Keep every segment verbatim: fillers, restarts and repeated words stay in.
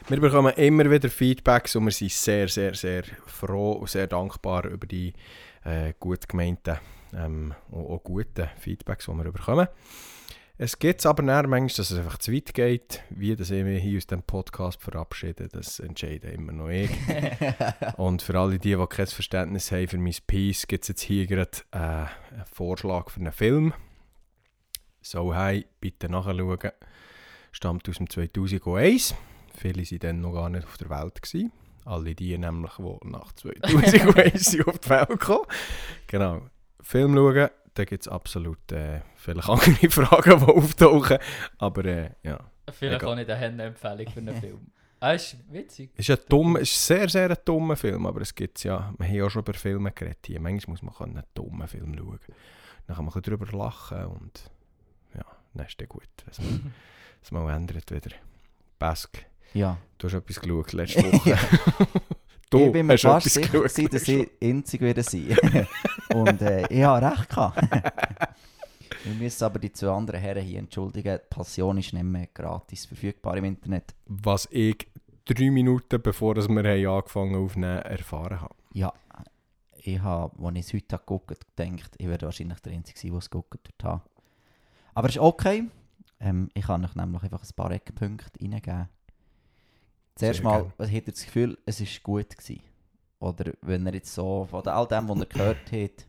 Wir bekommen immer wieder Feedbacks und wir sind sehr, sehr, sehr froh und sehr dankbar über die äh, gut gemeinten ähm, und auch guten Feedbacks, die wir bekommen. Es gibt aber dann manchmal, dass es einfach zu weit geht, wie das ich mich hier aus dem Podcast verabschiede, das entscheide immer noch ich. Und für alle die, die kein Verständnis haben für mein Piece, gibt es jetzt hier gerade äh, einen Vorschlag für einen Film. So, hey, bitte nachschauen. Stammt aus dem zweitausendeins. Viele waren dann noch gar nicht auf der Welt gewesen. Alle die nämlich, die nach zweitausendeins auf die Welt kamen. Genau. Film schauen, da gibt es absolut äh, vielleicht andere Fragen, die auftauchen. Aber äh, ja. Vielleicht egal. auch nicht eine Empfehlung für einen Film. Ah, ist witzig. Es ist ein dumm, es ist sehr, sehr ein dummer Film, aber es gibt ja, wir haben ja auch schon über Filme geredet hier. Manchmal muss man einen dummen Film schauen. Dann kann man ein bisschen drüber lachen und ja, dann ist der gut. Was man, was man ändert wieder. Bask, Ja. du hast etwas geschaut letzte Woche. Du ich bin mir hast fast etwas sicher, geschaut. gewesen, dass ich einzig wieder sein. Und äh, ich habe recht gehabt. Wir müssen aber die zwei anderen Herren hier entschuldigen. Die Passion ist nicht mehr gratis verfügbar im Internet. Was ich drei Minuten bevor wir haben angefangen aufnehmen, erfahren habe. Ja, ich habe, als ich es heute geguckt habe, gedacht, ich werde wahrscheinlich der Einzige sein, der es geguckt hat. Aber es ist okay. Ähm, ich kann euch nämlich einfach ein paar Eckpunkte reingeben. Zuerst Sehr mal, gerne. was habt ihr das Gefühl, es war gut gewesen? Oder wenn ihr jetzt so, von all dem, was ihr gehört habt,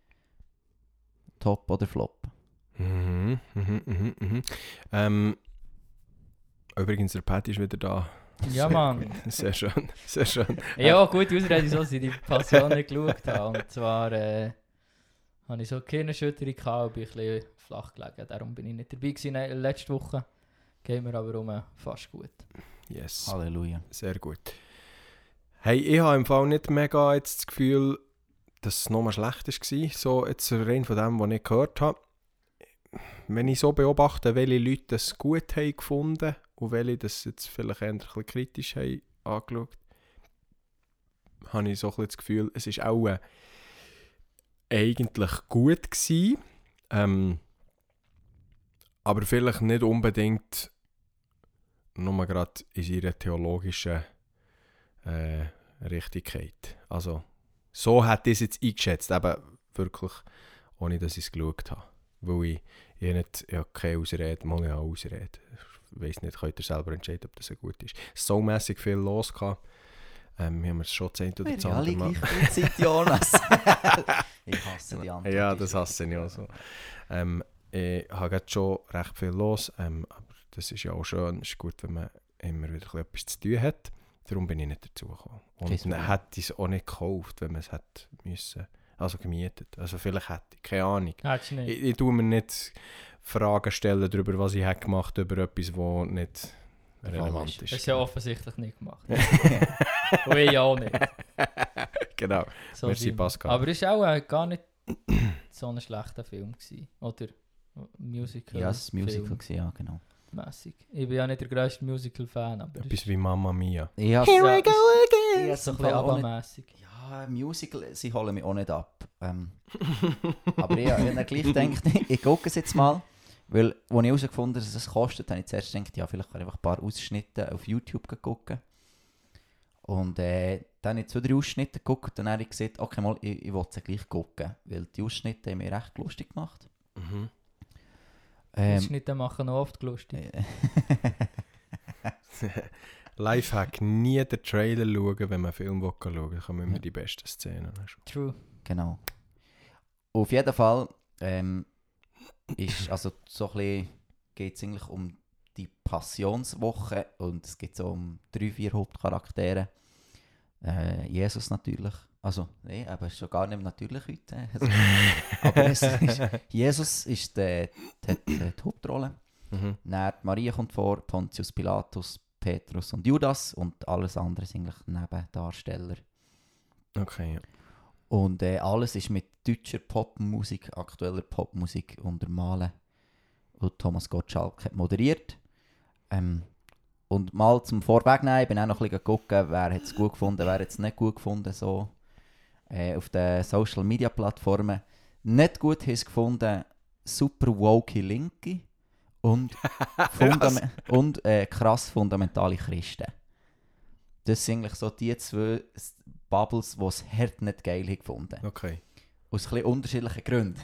Top oder Flop? Mhm, mhm, mhm, mhm. Ähm, übrigens, der Pat ist wieder da. Ja, Sehr Mann. gut. Sehr schön, sehr schön. Ja, gute Ausrede, so dass ich die Passion nicht geschaut habe. Und zwar äh, habe ich so keine Schütterung gehabt und bin ein bisschen flach gelegen. Darum bin ich nicht dabei gewesen. Ne, letzte Woche gehen wir aber um fast gut. Yes, Halleluja. sehr gut. Hey, ich habe im Fall nicht mega jetzt das Gefühl, dass es nochmal schlecht war. So jetzt rein von dem, was ich gehört habe. Wenn ich so beobachte, welche Leute das gut haben gefunden und welche das jetzt vielleicht eher ein bisschen kritisch haben angeschaut, habe ich so ein bisschen das Gefühl, es war auch äh, eigentlich gut gewesen, ähm, aber vielleicht nicht unbedingt nur gerade in ihrer theologischen äh, Richtigkeit. Also so hätte ich es jetzt eingeschätzt, eben wirklich, ohne dass ich es geschaut habe. Weil ich, ich nicht, ich habe keine Ausrede, mal ich habe Ausrede. Ich weiss nicht, könnt ihr selber entscheiden, ob das gut ist. So mässig viel los gehabt. Ähm, wir haben es schon zehn oder Wir zehn haben alle Mal. gleich gut Zeit, Jonas. Ich hasse die Antwort. Ja, das hasse ich auch so. Ähm, ich habe jetzt schon recht viel los, ähm, aber das ist ja auch schön. Es ist gut, wenn man immer wieder etwas zu tun hat. Darum bin ich nicht dazu gekommen. Und Kein dann hätte ich es auch nicht gekauft, wenn man es hätte müssen. Also gemietet. Also vielleicht hätte ich, keine Ahnung. Hättest du nicht? Ich, ich tue mir nicht Fragen stellen darüber, was ich habe gemacht habe, über etwas, das nicht relevant ist. Das ist ja offensichtlich nicht gemacht. Und ich auch nicht. Genau. So Merci, sind wir. Pascal. Aber es war auch äh, gar nicht so ein schlechter Film gewesen. Oder Musical. Ja, es war Musical, Film gewesen, ja, genau. mässig. Ich bin ja nicht der grösste Musical-Fan, aber Etwas wie Mamma Mia. Ich habe Here we go again! es so ein im bisschen Fall auch nicht- ABBA-mässig. Ja, Musical, sie holen mich auch nicht ab. Ähm, aber ich habe dann gleich gedacht, ich gucke es jetzt mal. Weil, als ich herausgefunden habe, dass es kostet, habe ich zuerst gedacht, ja, vielleicht kann ich einfach ein paar Ausschnitte auf YouTube gucken. Und äh, dann habe ich zwei, drei Ausschnitte geguckt und dann habe ich gesagt, okay, mal, ich, ich will sie gleich gucken. Weil die Ausschnitte haben mich recht lustig gemacht. Mhm. Ähm, Ausschnitte machen noch oft lustig. Lifehack, nie den Trailer schauen, wenn man einen Film schauen will. Dann kommen immer Ja. die besten Szenen. True. Genau. Auf jeden Fall ähm, ist, also so ein bisschen geht es eigentlich um die Passionswoche und es geht so um drei, vier Hauptcharaktere. Äh, Jesus natürlich. Also, nein, aber schon gar nicht natürlich heute. äh. Also, aber es ist, Jesus ist die, die, die, die Hauptrolle. Mhm. Dann die Maria kommt vor, Pontius Pilatus, Petrus und Judas und alles andere sind eigentlich Nebendarsteller. Okay, ja. Und äh, alles ist mit deutscher Popmusik, aktueller Popmusik untermalen. Und Thomas Gottschalk hat moderiert. Ähm, und mal zum Vorwegnehmen, ich bin auch noch ein bisschen gucken, wer hat es gut gefunden, wer hat es nicht gut gefunden. So. Äh, auf den Social Media Plattformen. Nicht gut haben es gefunden, super woke Linke und, fundam- und äh, krass fundamentale Christen. das sind eigentlich so die zwei Bubbles, die es hart nicht geil haben gefunden. Okay. Aus ein bisschen unterschiedlichen Gründen.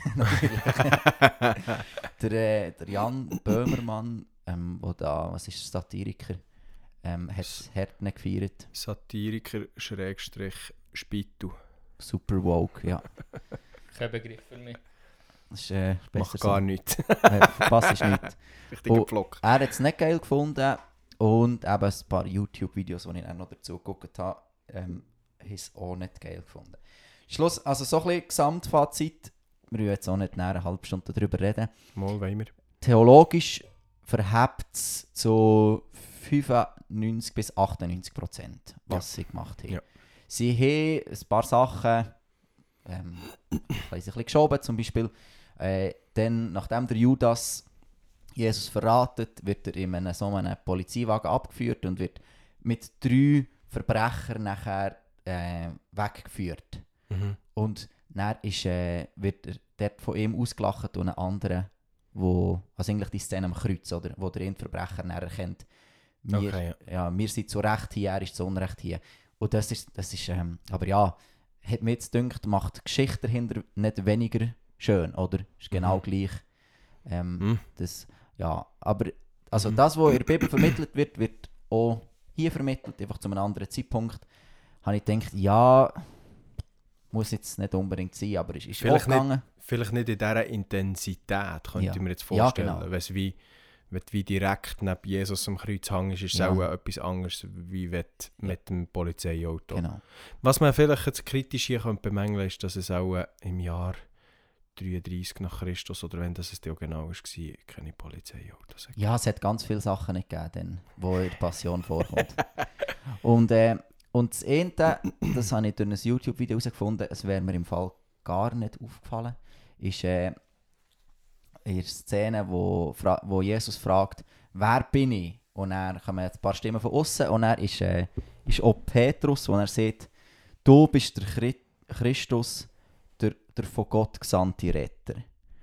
der, äh, der Jan Böhmermann, ähm, wo da, was ist der Satiriker, ähm, hat es hart nicht gefeiert. Satiriker Schrägstrich Spitu. Super woke, ja. Kein Begriff für mich. Das ist äh, besser Macht gar so. nichts. Äh, Verpasst ist nichts. Richtiger Oh. Pflock. Er hat es nicht geil gefunden und eben ein paar YouTube-Videos, die ich auch noch dazu geguckt habe, ähm, haben es auch nicht geil gefunden. Schluss, also so ein bisschen Gesamtfazit, wir wollen jetzt auch nicht näher eine halbe Stunde darüber reden. Mal wollen wir. Theologisch verhebt es zu fünfundneunzig bis achtundneunzig Prozent, was sie gemacht haben. Ja. Sie haben ein paar Sachen ähm, ein bisschen geschoben, zum Beispiel, äh, dann, nachdem der Judas Jesus verratet, wird er in einem, so einem Polizeiwagen abgeführt und wird mit drei Verbrechern nachher äh, weggeführt. Mhm. Und dann ist, äh, wird er dort von ihm ausgelacht und ein anderer, wo, also eigentlich die Szene am Kreuz, oder, wo der ihn Verbrecher dann erkennt. Wir, Okay, ja. ja, wir sind zu Recht hier, er ist zu Unrecht hier. Und das ist, das ist ähm, aber ja, hat mir jetzt gedacht, macht die Geschichte dahinter nicht weniger schön, oder? Ist genau Mhm. gleich. Ähm, Mhm. das, ja, aber also Mhm. das, was in der Bibel vermittelt wird, wird auch hier vermittelt, einfach zu einem anderen Zeitpunkt. Habe ich gedacht, ja, muss jetzt nicht unbedingt sein, aber es ist Vielleicht auch gegangen. Vielleicht nicht in dieser Intensität, könnte Ja. ich mir jetzt Ja, vorstellen. genau. Wenn es wie, wenn du wie direkt neben Jesus am Kreuz hängst, ist es Ja. auch etwas anderes, wie wenn du mit dem Polizeiauto. Genau. Was man vielleicht jetzt kritisch hier könnte bemängeln, ist, dass es auch äh, im Jahr dreiunddreißig nach Christus, oder wenn das es ja genau war, keine Polizeiautos. Ja, es hat ganz viele Sachen nicht gegeben, wo in der Passion vorkommt. und, äh, und das eine, das habe ich durch ein YouTube-Video herausgefunden, es wäre mir im Fall gar nicht aufgefallen, ist äh, in der Szene, wo, fra- wo Jesus fragt, wer bin ich? Und dann kommen ein paar Stimmen von außen und er ist, äh, ist auch Petrus, wo er sagt, du bist der Chri- Christus, der, der von Gott gesandte Retter.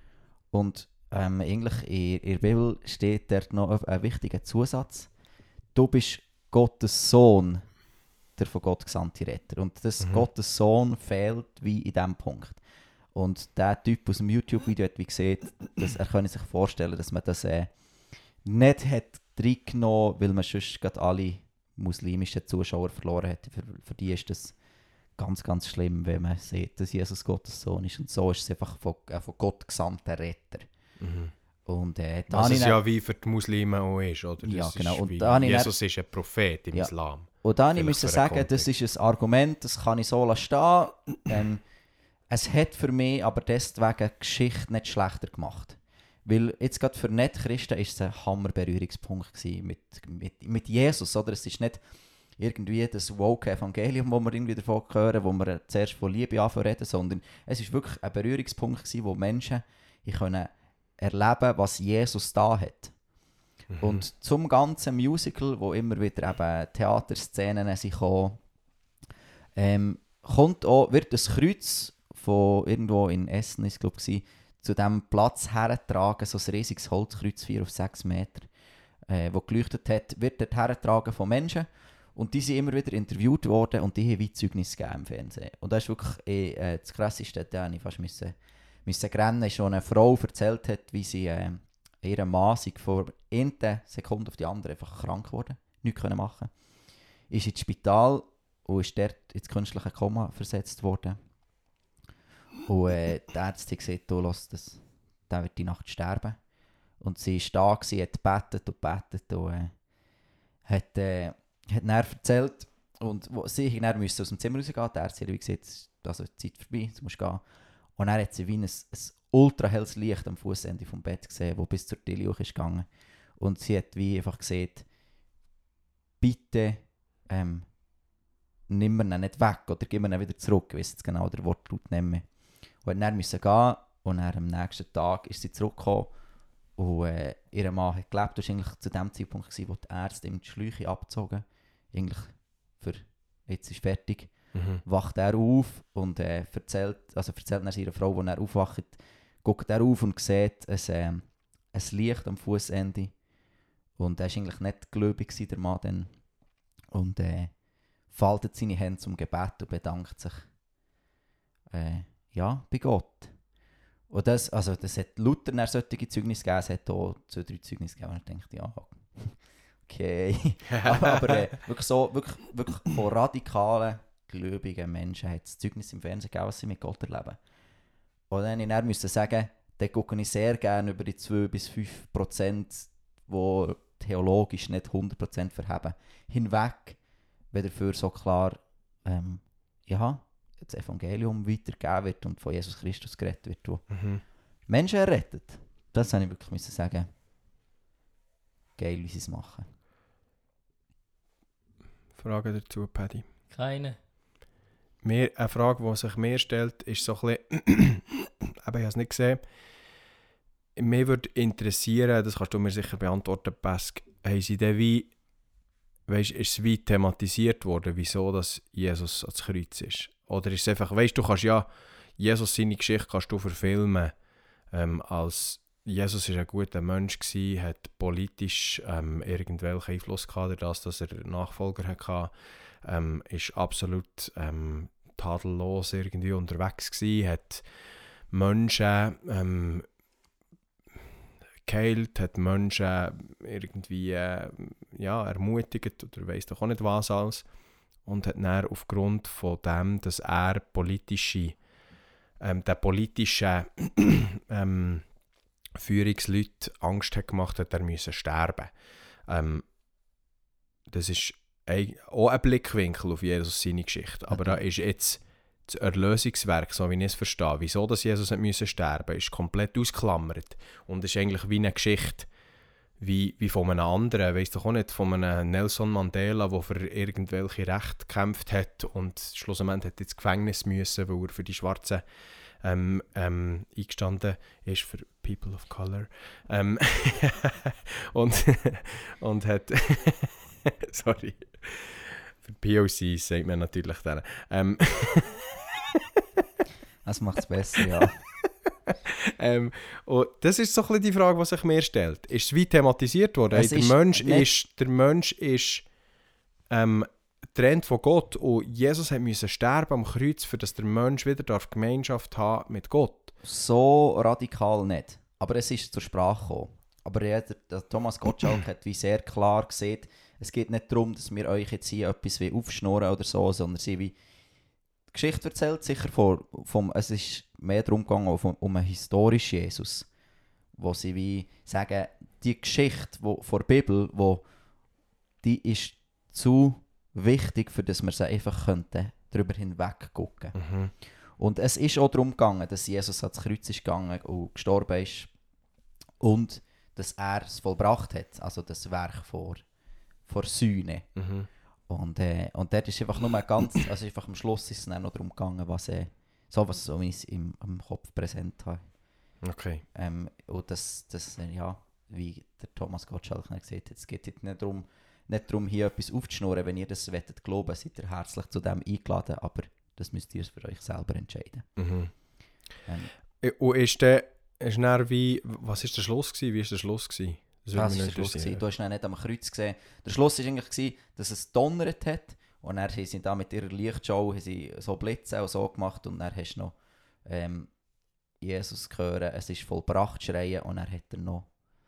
Und ähm, eigentlich in, in der Bibel steht dort noch ein wichtiger Zusatz. Du bist Gottes Sohn, der von Gott gesandte Retter. Und das Mhm. Gottes Sohn fehlt wie in diesem Punkt. Und der Typ aus dem YouTube-Video hat wie gesagt, dass er könne sich vorstellen, dass man das äh, nicht hat reingenommen, weil man sonst gerade alle muslimischen Zuschauer verloren hat. Für, für die ist das ganz, ganz schlimm, wenn man sieht, dass Jesus Gottes Sohn ist. Und so ist es einfach von, äh, von Gott gesandter Retter. Mhm. Und äh, da Was habe es ich ja dann- wie für die Muslime auch ist, oder? Ja, Das genau. Ist Und wie, da habe ich dann- Jesus ist ein Prophet im Ja. Islam. Und da Vielleicht musste ich für den sagen, das Kontext. ist ein Argument, das kann ich so stehen. ähm, es hat für mich aber deswegen die Geschichte nicht schlechter gemacht. Weil jetzt gerade für Nicht-Christen war es ein Hammer-Berührungspunkt gewesen mit, mit, mit Jesus. Oder? Es ist nicht irgendwie das Woke-Evangelium, wo wir irgendwie davon hören, wo wir zuerst von Liebe anfangen, sondern es ist wirklich ein Berührungspunkt gewesen, wo Menschen können erleben, was Jesus da hat. Mhm. Und zum ganzen Musical, wo immer wieder eben Theaterszenen sind gekommen, ähm, kommt auch, wird das Kreuz von irgendwo in Essen, ist glaube ich, zu diesem Platz hergetragen, so ein riesiges Holzkreuz, vier auf sechs Meter, äh, wo geleuchtet hat, wird dort hergetragen von Menschen. Und die sind immer wieder interviewt worden und die haben wie Zeugnis gegeben im Fernsehen. Und das ist wirklich äh, das Krasseste, da musste ich fast müssen, müssen rennen, ist schon eine Frau erzählt hat, wie sie äh, ihren Mann sich vor einer Sekunde auf die andere einfach krank geworden, nichts können machen. Ist ins Spital und ist dort ins künstliche Koma versetzt worden. Und äh, die Ärzte haben gesagt, du, lass das, der wird die Nacht sterben. Und sie war da, gewesen, hat gebetet und gebetet und äh, hat, äh, hat dann erzählt. Und wo, sie musste dann aus dem Zimmer rausgehen. Die Ärzte haben gesagt, also die Zeit vorbei, jetzt musst du gehen. Und dann hat sie wie ein, ein ultra helles Licht am Fußende vom Bett gesehen, das bis zur Tille hoch ist gegangen. Und sie hat wie einfach gesagt, bitte ähm, nimm mir ihn nicht weg oder gib mir ihn wieder zurück. Ich weiss jetzt genau den Wortlaut nicht mehr. Und dann musste sie gehen und dann am nächsten Tag ist sie zurückgekommen und äh, ihr Mann hat gelebt. Das war eigentlich zu dem Zeitpunkt, gewesen, wo die Ärzte ihm die Schläuche abgezogen. Eigentlich für jetzt ist fertig. Mhm. Wacht er auf und äh, erzählt, also erzählt er seiner Frau, als er aufwacht, guckt er auf und sieht ein, äh, ein Licht am Fußende. Und er war eigentlich nicht gläubig, der Mann dann. Und äh, faltet seine Hände zum Gebet und bedankt sich äh, ja, bei Gott. Und das, also, das hat Luther nach solche Zeugnisse gegeben, es hat auch zwei, drei Zeugnisse gegeben, und ich dachte, ja, okay. aber aber äh, wirklich so, wirklich, wirklich von radikalen, gläubigen Menschen hat es Zeugnisse im Fernsehen gegeben, was sie mit Gott erleben. Und dann musste ich dann sagen, dann gucke ich sehr gerne über die zwei bis fünf Prozent, die theologisch nicht hundert Prozent verheben, hinweg, wenn dafür so klar ähm, ja, das Evangelium weitergegeben wird und von Jesus Christus geredet wird, wo Mhm. Menschen errettet. Das habe ich wirklich müssen sagen. Geil, wie sie es machen. Frage dazu, Paddy. Keine. Mir, eine Frage, die sich mir stellt, ist so ein bisschen, aber ich habe es nicht gesehen, mir würde interessieren, das kannst du mir sicher beantworten, Pesk, haben sie denn wie, weißt, ist es wie thematisiert worden, wieso dass Jesus ans Kreuz ist? Oder ist es einfach, weißt du, kannst ja, Jesus seine Geschichte kannst du verfilmen, ähm, als Jesus ist ein guter Mensch gsi, hat politisch ähm, irgendwelchen Einfluss gehabt, dadurch, dass er Nachfolger hatte, ähm, ist absolut ähm, tadellos irgendwie unterwegs gsi, hat Menschen ähm, geheilt, hat Menschen irgendwie äh, ja, ermutigt oder weiss doch auch nicht was alles, und hat dann aufgrund von dem, dass er politische ähm, der politische ähm, Führungsleute Angst hat gemacht hat, er müsse sterben. Ähm, das ist ein, auch ein Blickwinkel auf Jesus seine Geschichte. Aber da ist jetzt das Erlösungswerk, so wie ich es verstehe, wieso dass Jesus hat müssen sterben, ist komplett ausgeklammert. Und ist eigentlich wie eine Geschichte wie, wie von einem anderen, weiss doch auch nicht, von einem Nelson Mandela, der für irgendwelche Rechte gekämpft hat und schlussendlich hat ins Gefängnis müssen, weil er für die Schwarzen ähm, ähm, eingestanden ist, für People of Color. Ähm, und, und hat... sorry. Für P O Cs sagt man natürlich dann. Ähm, Das macht es besser, ja. ähm, und das ist so ein bisschen die Frage, die sich mir stellt. Ist es wie thematisiert worden? Es Hey, der, ist Mensch nicht- ist, der Mensch ist ähm, getrennt von Gott und Jesus hat müssen sterben am Kreuz, für dass der Mensch wieder darf Gemeinschaft haben mit Gott. So radikal nicht. Aber es ist zur Sprache gekommen. Aber ja, der, der Thomas Gottschalk hat wie sehr klar gesehen, es geht nicht darum, dass wir euch jetzt hier etwas wie aufschnurren oder so, sondern sie wie die Geschichte erzählt, sicher vor, vom, es ist mehr darum gegangen um, um einen historischen Jesus, wo sie wie sagen, die Geschichte wo, von der Bibel, wo, die ist zu wichtig, für dass wir sie einfach könnten, darüber hinweg gucken. Mhm. Und es ist auch darum gegangen, dass Jesus ans Kreuz ist gegangen und gestorben ist und dass er es vollbracht hat, also das Werk vor, vor Sühne. Mhm. Und, äh, und dort ist einfach nur ein ganz, also einfach am Schluss ist es dann noch darum gegangen, was, äh, so was so wie ich es im, im Kopf präsent habe. Okay. Ähm, und das, das äh, ja, wie der Thomas Gottschalk gesagt hat, es geht jetzt nicht darum, nicht darum, hier etwas aufzuschnurren. Wenn ihr das wollt glauben, seid ihr herzlich zu dem eingeladen, aber das müsst ihr für euch selber entscheiden. Mhm. Ähm, Und ist der, ist dann wie, was ist der Schluss gewesen? Wie ist der Schluss gewesen? Das würde Das mich war noch der Schluss. interessieren. gewesen. Du hast ihn nicht am Kreuz gesehen. Der Schluss war eigentlich, gewesen, dass es donnert hat. Und dann haben sie da mit ihrer Lichtshow haben sie so Blitze und so gemacht. Und dann hast du noch ähm, Jesus gehört, es ist vollbracht schreien. Und dann hat er noch,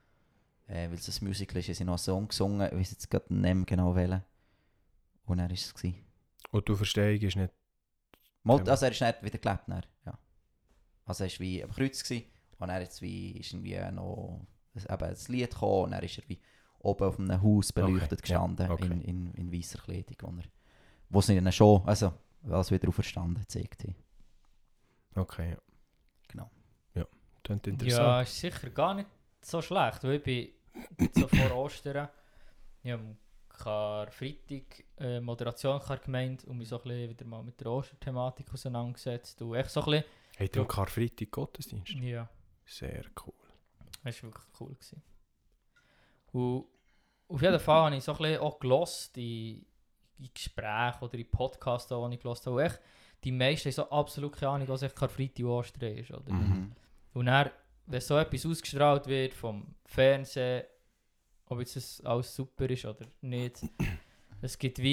äh, weil es ein Musical ist, haben sie noch einen Song gesungen. Ich weiß jetzt gerade den Namen genau wählen. Und dann war es. Gewesen. Und du verstehst ist nicht... Mal, Thema. also er ist nicht wieder gelebt. Dann, ja. Also er war wie am Kreuz. Gewesen, und dann ist wie, ist irgendwie noch... eben das Lied gekommen und dann ist er wie oben auf einem Haus beleuchtet Okay, ja, gestanden, okay. in, in, in weißer Kleidung, wo, er, wo sie ihnen schon, also als wieder auferstanden gezeigt haben. Okay, ja. Genau. Ja, das ist Ja, interessant. ist sicher gar nicht so schlecht, weil ich bin so vor Ostern, ich habe am Karfreitag äh, Moderation gemeint und mich so ein bisschen wieder mal mit der Osterthematik auseinandergesetzt und echt so ein bisschen, Habt ihr am Karfreitag Gottesdienst? ja, Sehr cool. das war wirklich cool gewesen. Und auf jeden Fall habe ich so ein bisschen auch gehört, in, in Gesprächen oder in Podcasts, die ich gehört habe, und echt, die meisten haben so absolut keine Ahnung, was echt Karfreitag und Ostern ist, oder? Mhm. Und dann, wenn so etwas ausgestrahlt wird vom Fernsehen, ob jetzt das alles super ist oder nicht, es gibt wie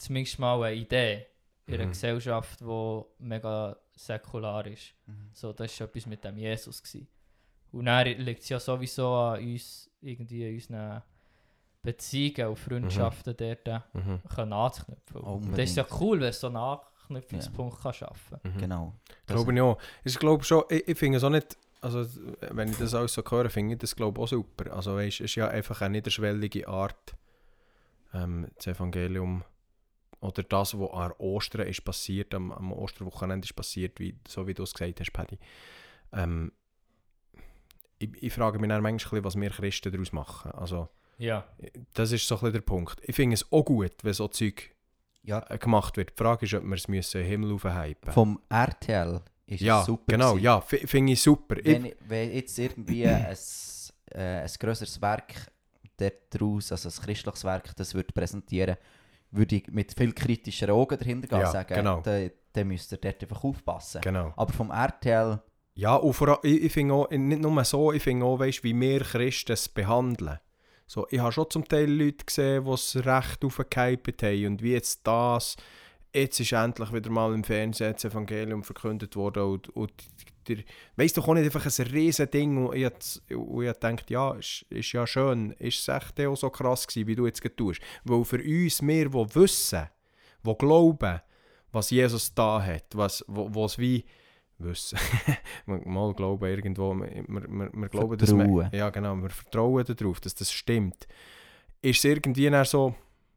zumindest mal eine Idee in einer Mhm. Gesellschaft, die mega säkular ist. Mhm. So, das war etwas mit dem Jesus. Gewesen. Und dann liegt es ja sowieso an uns, irgendwie an unseren Beziehungen und Freundschaften dort äh, Mhm. können anzuknüpfen. Oh, Und das ist ja cool, wenn du so einen Anknüpfungspunkt ja. schaffen Mhm. Genau. Glaube ich auch. Ich glaube schon, ich, ich finde es auch nicht, also wenn ich das alles so höre, finde ich das glaube ich auch super. Also weißt, es ist ja einfach eine niederschwellige Art, ähm, das Evangelium oder das, was an Ostern ist passiert, am, am Osterwochenende ist passiert, wie, so wie du es gesagt hast, Paddy. Ähm, ich, ich frage mich dann manchmal, was wir Christen daraus machen. Also Ja. das ist so ein bisschen der Punkt. Ich finde es auch gut, wenn so Zeug Ja, äh, gemacht wird. Die Frage ist, ob wir es müssen in den Himmel aufhypen. vom R T L ist Ja, es super. genau, gewesen. ja, f- finde ich super. Ich, Wenn, wenn jetzt irgendwie ein, äh, ein grösseres Werk daraus, also ein christliches Werk, das würde präsentieren, würde ich mit viel kritischeren Augen dahinter gehen und Ja, sagen, genau. dann, dann müsst ihr dort einfach aufpassen. genau. Aber vom R T L, Ja, und vor allem, ich, ich finde auch, nicht nur so, ich finde auch, weißt, wie wir Christen es behandeln. So, ich habe schon zum Teil Leute gesehen, die es recht aufgehypt haben und wie jetzt das, jetzt ist endlich wieder mal im Fernsehen das Evangelium verkündet worden und, und der, weißt du, auch nicht einfach ein riesen Ding und ich, hat- und ich denke, ja, ist, ist ja schön, ist es echt auch so krass gewesen, wie du jetzt gerade tust. Weil für uns, wir, die wissen, die glauben, was Jesus da hat, was wo, was wie wissen, mal glauben irgendwo, wir, wir, wir glauben, dass wir, Vertrauen. ja genau, wir vertrauen darauf, dass das stimmt. Ist es irgendwie dann so,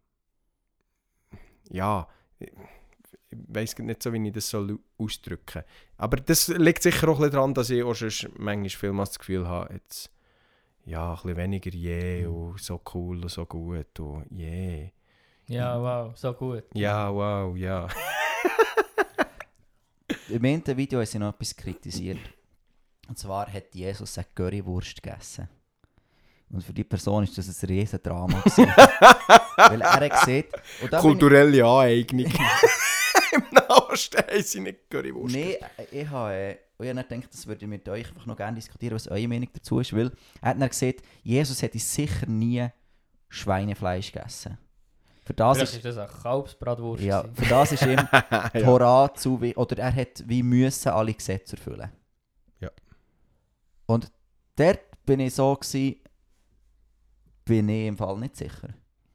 ja, ich, ich weiss nicht so, wie ich das soll ausdrücken soll. Aber das liegt sicher auch ein bisschen daran, dass ich auch schon manchmal vielmals das Gefühl habe, jetzt, ja, ein bisschen weniger je und so cool und so gut und je. Ja, wow, so gut. Ja, wow, ja. im ersten Video haben sie noch etwas kritisiert. Und zwar hat Jesus eine Currywurst gegessen. Und für die Person ist das ein riesen Drama gewesen. Weil er hat gesehen... und da bin Kulturelle Aneignung. Im Nahosten haben sie nicht Currywurst. Nee, ich habe, äh, und ich habe dann gedacht, das würde ich mit euch einfach noch gerne diskutieren, was eure Meinung dazu ist, weil er hat dann gesagt, Jesus hätte sicher nie Schweinefleisch gegessen. Für das Vielleicht ist, ist das eine Kalbsbratwurst. ja, gewesen. für das ist ihm die ja. Torah zu, wie- oder er hat wie müssen alle Gesetze erfüllen. Ja. Und dort bin ich so gewesen, bin ich im Fall nicht sicher,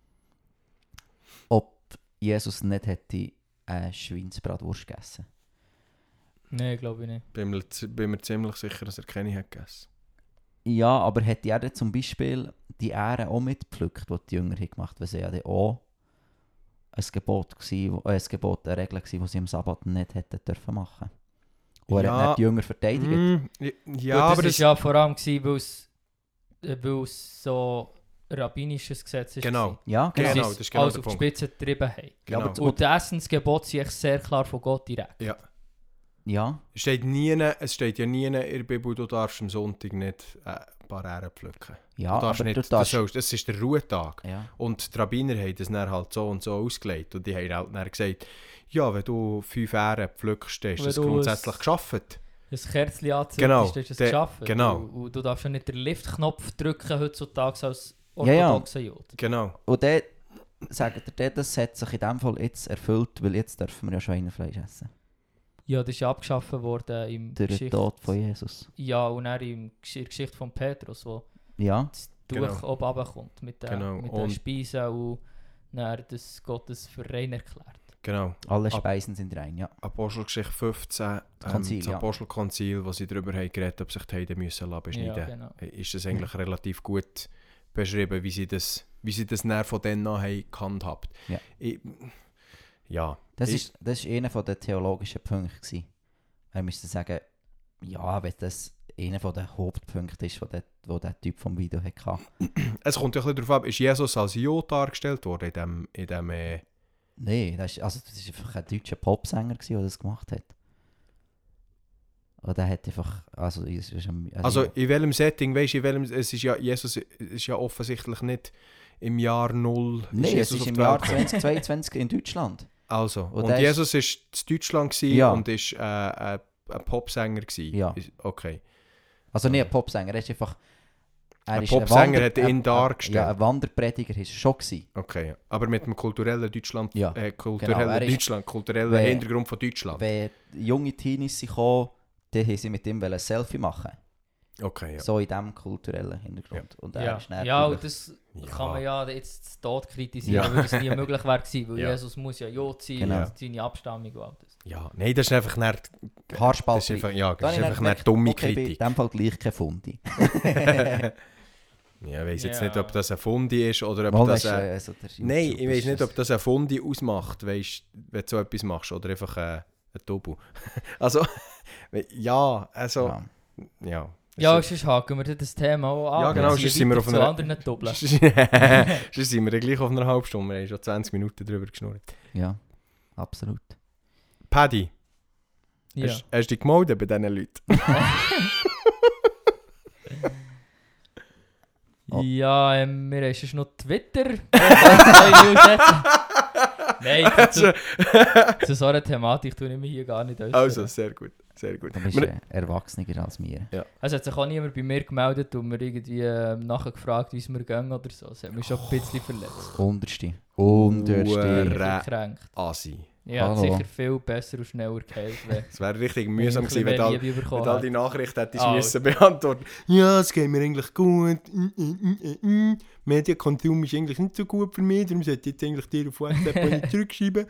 ob Jesus nicht hätte eine Schweinsbratwurst gegessen. Nein, glaube ich nicht. Bin mir, z- bin mir ziemlich sicher, dass er keine hat gegessen. Ja, aber hätte er dann zum Beispiel die Ähren auch mitgepflückt, die die Jünger haben gemacht haben, weil sie ja dann auch ein Gebot, gsi, wo- äh, ein Gebot, eine Regel war, die sie am Sabbat nicht hätten dürfen machen. Und er Ja. hat dann die Jünger verteidigt. Mm, ja, ja, Gut, das aber ist das, ja vor allem gewesen, weil es, äh, weil es so rabbinisches Gesetz ist. genau. gewesen. Ja, genau. Dass Genau, sie das ist genau alles der auf die Punkt. Spitze getrieben haben. Genau. aber- Und die Essensgebote sind echt sehr klar von Gott direkt. Ja. Ja, Es steht, nie, es steht ja nie in der Bibel, du darfst am Sonntag nicht äh, ein paar Ähren pflücken. ja du darfst aber nicht, du du darfst... sollst, das ist der Ruhetag. Ja. Und die Rabbiner haben das dann halt so und so ausgelegt. Und die haben halt dann gesagt, ja, wenn du fünf Ähren pflückst, dann ist Wenn das du grundsätzlich es- geschafft. Ein Kerzchen anzündest, Genau, ist es der- geschaffen. genau. Und, und du darfst ja nicht den Liftknopf drücken heutzutage als Ja, ja. orthodoxer Jude. Genau. Und dann sagt er, dann, das hat sich in dem Fall jetzt erfüllt, weil jetzt dürfen wir ja Schweinefleisch essen. Ja, das ist ja abgeschafft worden im Durch den Geschichte. Tod von Jesus. Ja, und dann im Gesch- in der Geschichte von Petrus, wo Ja, das Genau. Tuch oben runterkommt mit den, Genau. mit den Und- Speisen und dann das Gottes für rein erklärt. Genau. alle Ab- Speisen sind rein, ja. Apostelgeschichte fünfzehn, ähm, Konzil, das ja. Apostelkonzil, wo sie darüber haben geredet, ob sich die Heiden müssen lassen beschneiden. Ja, genau. Ist das eigentlich relativ gut beschrieben, wie sie das, wie sie das dann von dann an haben gehandhabt. Ja. Ich, ja. Das ich, ist, das ist einer der theologischen Punkte gewesen. Wir müssen sagen, ja, wenn das einer der Hauptpunkte ist, wo der, wo der Typ vom Video hatte. Es kommt ja ein bisschen darauf ab, ist Jesus als Jude dargestellt worden in dem, in dem äh, Nein, das ist, also das ist einfach ein deutscher Popsänger gewesen, der das gemacht hat. Und der hat einfach, also, es ist ein, also in welchem Setting, weißt du, in welchem, es ist ja, Jesus ist ja offensichtlich nicht im Jahr null. Nein, es Jesus ist auf im die Jahr Welt gekommen. zwanzig zweiundzwanzig in Deutschland. Also, Und und, der ist- Jesus war in Deutschland gewesen Ja. und ist äh, ein, ein Popsänger gewesen. Ja. Ist- Okay. Also nicht ein Popsänger, er ist einfach er Ein ist Popsänger Wander- hat ihn ein- dargestellt. Ja, ein Wanderprediger war es schon gewesen. Okay, ja. Aber mit dem kulturellen Deutschland, Ja, äh, kulturellen genau, er ist- Deutschland, kulturellen Wenn- Hintergrund von Deutschland. Wenn junge Teenies sind gekommen, dann haben sie mit ihm ein Selfie machen. Okay, ja. So in diesem kulturellen Hintergrund. Und er Ja, ist dann ja und natürlich- das Ja. kann man ja jetzt zu Tod kritisieren, Ja. weil das nie möglich wäre gewesen, weil Ja. Jesus muss ja Jod sein, Genau. und seine Abstammung und all das. Ja, nein, das ist einfach nicht, das ist Haarspaltung. einfach, ja, Da das habe ist ich einfach dann nicht gemerkt, dumme okay, Kritik. in dem Fall gleich kein Fundi. Ja, ich weiss jetzt Ja. nicht, ob das ein Fundi ist oder ob Mal, das weißt du, ein... also der Nein, YouTube ich weiss ist nicht, das- ob das ein Fundi ausmacht, weißt, wenn du so etwas machst, oder einfach ein, ein Tobu. Also, ja, also, Ja. ja. Ja, sonst haken wir das Thema auch an. Ja, genau, ziehen sonst sind wir weiter auf zu einer- anderen Doppeln. Sonst sind wir ja gleich auf einer halben Stunde, wir haben schon zwanzig Minuten drüber geschnurrt. Ja, absolut. Paddy, Ja. hast, hast du dich gemeldet bei diesen Leuten? Oh. Ja, ähm, wir haben sonst noch Twitter. Nein, zu, zu so einer Thematik tue ich mich hier gar nicht äußern. Also, sehr gut, sehr gut. Du bist Wir- äh, erwachsener als mir. Es hat sich auch niemand bei mir gemeldet und mir irgendwie ähm, nachher gefragt, wie es mir ging oder so. Das hat mich schon ein bisschen verletzt. Unterste. Unterste. Ura. Gekränkt. Asi. Ich hätte Hallo. sicher viel besser und schneller geheilt, wenn Es wäre richtig mühsam ich gewesen, wenn ein du all, bisschen mehr Liebe wenn bekommen du all die hätte. Nachrichten hättest Ah, müssen beantworten. Ja, es geht mir eigentlich gut. Mm, mm, mm, mm, mm. Medienkonsum ist eigentlich nicht so gut für mich, darum sollte ich jetzt eigentlich dir auf WhatsApp nicht zurückschreiben.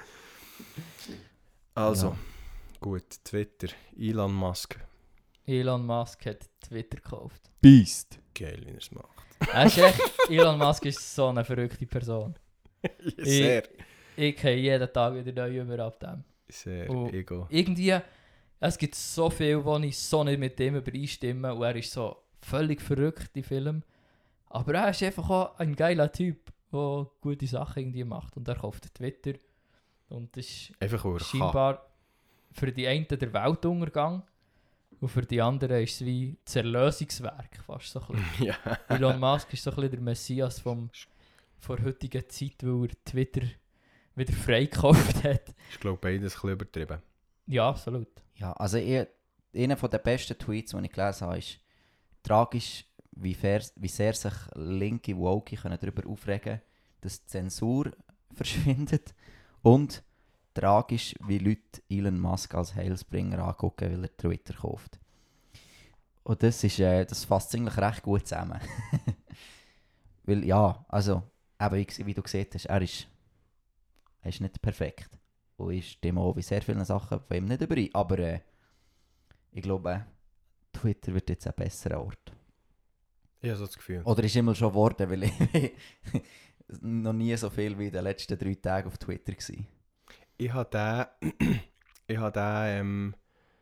Also, Ja. gut, Twitter, Elon Musk. Elon Musk hat Twitter gekauft. Beast. Geil, wie er es macht. Er ist echt, Elon Musk ist so eine verrückte Person. Sehr, Ich gehe jeden Tag wieder neu über ab dem. sehr Oh. ego. Irgendwie, es gibt so viel, wo ich so nicht mit dem übereinstimme und er ist so völlig verrückt, die Film. Aber er ist einfach auch ein geiler Typ, der gute Sachen irgendwie macht und er kauft Twitter. Und das ist Einfach weil er kann. scheinbar für die einen der Weltuntergang und für die anderen ist es wie das Erlösungswerk fast so ein bisschen. Ja. Elon Musk ist so ein bisschen der Messias vom, von heutigen Zeit, weil er Twitter wieder freigekauft hat. Ich glaube, beides ein bisschen übertrieben. Ja, absolut. Ja, also ich, einer der besten Tweets, die ich gelesen habe, ist tragisch, wie, fair, wie sehr sich linke Woke können darüber aufregen können, dass die Zensur verschwindet. Und tragisch, wie Leute Elon Musk als Heilsbringer angucken, weil er Twitter kauft. Und das, ist, äh, das fasst eigentlich recht gut zusammen. Weil ja, also, eben, wie, wie du gesehen hast, er ist, er ist nicht perfekt. Und ist dem auch wie sehr viele Sachen von ihm nicht überein. Aber äh, ich glaube, Twitter wird jetzt ein besserer Ort. Ich habe so das Gefühl. Oder ist immer schon geworden, weil ich noch nie so viel wie in den letzten drei Tagen auf Twitter war. Ich habe den, ich habe den ähm,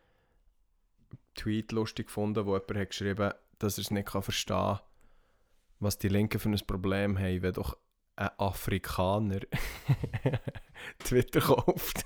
Tweet lustig gefunden, wo jemand hat geschrieben, dass er es nicht kann verstehen kann, was die Linken für ein Problem haben, wenn doch ein Afrikaner Twitter kauft.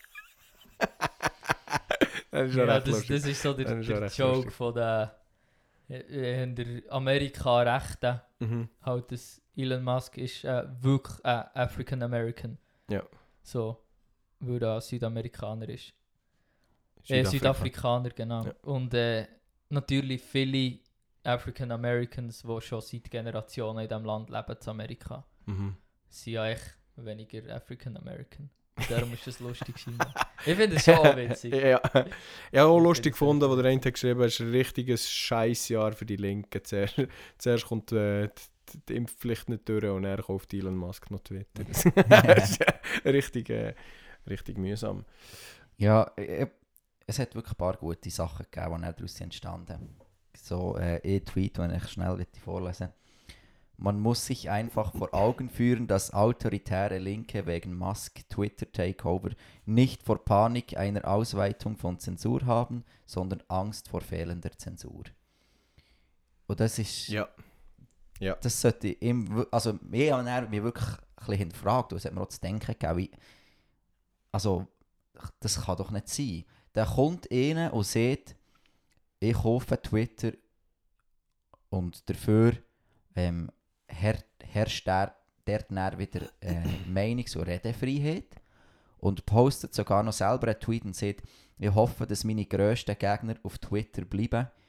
Das ist schon Ja, recht das, lustig. das ist so der, Das ist schon der recht Joke lustig. von der, äh, in der Amerika-Rechten. Mhm. Halt, dass Elon Musk ist äh, wirklich äh, African American. Ja. So, weil er Südamerikaner ist. Äh, Südafrika. Südafrikaner, genau. Ja. Und äh, natürlich viele African Americans, die schon seit Generationen in diesem Land leben, in Amerika, Mhm. sind ja echt weniger African American. Darum ist das lustig scheinbar. Ich finde es schon auch witzig. Ja, ich habe auch Ich lustig find's gefunden, sehr wo der eine hat geschrieben hat, es ist ein richtiges Scheissjahr für die Linken. Zuerst, zuerst kommt äh, die, die Impfpflicht nicht durch und er kauft Elon Musk noch Twitter. Das ist richtig, äh, richtig mühsam. Ja, äh, es hat wirklich ein paar gute Sachen gegeben, die daraus entstanden. So äh, ein Tweet, den ich schnell vorlesen möchte. Man muss sich einfach vor Augen führen, dass autoritäre Linke wegen Musk-Twitter-Takeover nicht vor Panik einer Ausweitung von Zensur haben, sondern Angst vor fehlender Zensur. Und das ist... Ja. Ja. Das sollte ihm... Also, ich habe mich wirklich ein bisschen hinterfragt, und es hat mir auch zu denken gegeben, wie, also, das kann doch nicht sein. Der kommt rein und sagt, ich kaufe Twitter und dafür ähm, her herrscht der, dort dann wieder äh, Meinungs- und Redefreiheit und postet sogar noch selber einen Tweet und sagt, ich hoffe, dass meine grössten Gegner auf Twitter bleiben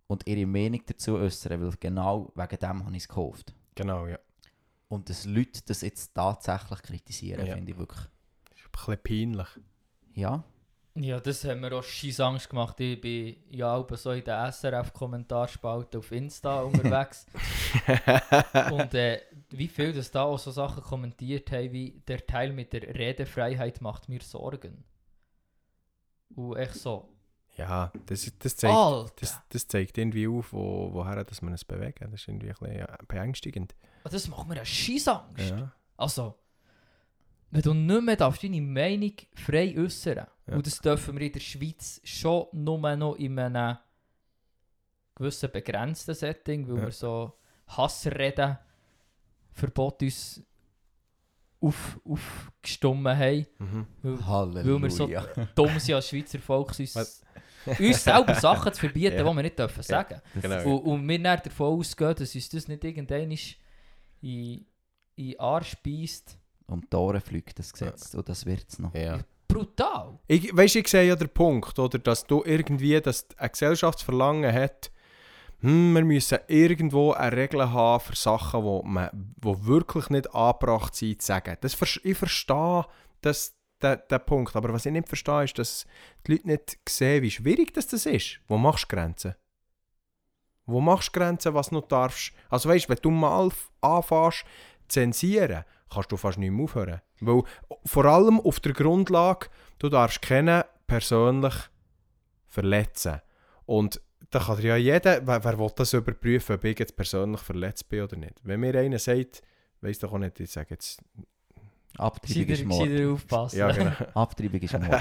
und ihre Meinung dazu äußern, weil genau wegen dem habe ich es gekauft. Genau, ja. Und dass Leute das jetzt tatsächlich kritisieren, Ja. finde ich wirklich... Das ist ein bisschen peinlich. Ja. Ja, das hat mir auch scheisse Angst gemacht. Ich bin ja auch so in der S R F-Kommentarspalte auf Insta unterwegs. Und äh, wie viel das da auch so Sachen kommentiert haben, wie der Teil mit der Redefreiheit macht mir Sorgen. Und echt so. Ja, das, das, zeigt, Alter! das, das zeigt irgendwie auf, wo, woher dass wir uns bewegen. Das ist irgendwie ein bisschen ja, beängstigend. Das macht mir eine scheisse Angst. Ja. Also, wenn du nicht mehr darfst, deine Meinung frei äußern. Ja. Und das dürfen wir in der Schweiz schon nur noch in einem gewissen begrenzten Setting, weil Ja. wir so Hassreden Verbot uns auf, aufgestummen haben. Mhm. Weil, Halleluja. weil wir so dumm sind als Schweizer Volk, uns, uns selber Sachen zu verbieten, Ja. die wir nicht dürfen sagen. Genau. Und, und wir dann davon ausgehen, dass uns das nicht irgendwann in, in den Arsch speist. Um die Ohren fliegt das Gesetz. Und das wird es noch. Ja. Brutal! Ich, weißt, ich sehe ja den Punkt, oder, dass du irgendwie, dass eine Gesellschaft Verlangen hat, hm, wir müssen irgendwo eine Regel haben für Sachen, die man, wo wirklich nicht angebracht sind, zu sagen. Das, ver- ich verstehe das, den, den Punkt, aber was ich nicht verstehe, ist, dass die Leute nicht sehen, wie schwierig das, das ist. Wo machst du Grenzen? Wo machst du Grenzen, was du darfst? Also weißt, wenn du mal f- anfängst zu zensieren, kannst du fast nicht mehr aufhören. Weil vor allem auf der Grundlage, du darfst keinen persönlich verletzen. Und da kann dir ja jeder, wer, wer will das überprüfen, ob ich jetzt persönlich verletzt bin oder nicht. Wenn mir einer sagt, weiss doch auch nicht, ich sage jetzt... Abtreibung ist Mord. Gescheiter aufpassen. Ja, genau. Abtreibung ist Mord.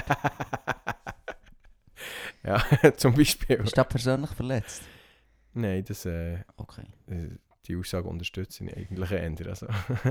Ja, zum Beispiel. Ist das persönlich verletzt? Nein, das, äh, Okay. äh, die Aussage unterstütze ich eigentlich eher. Also.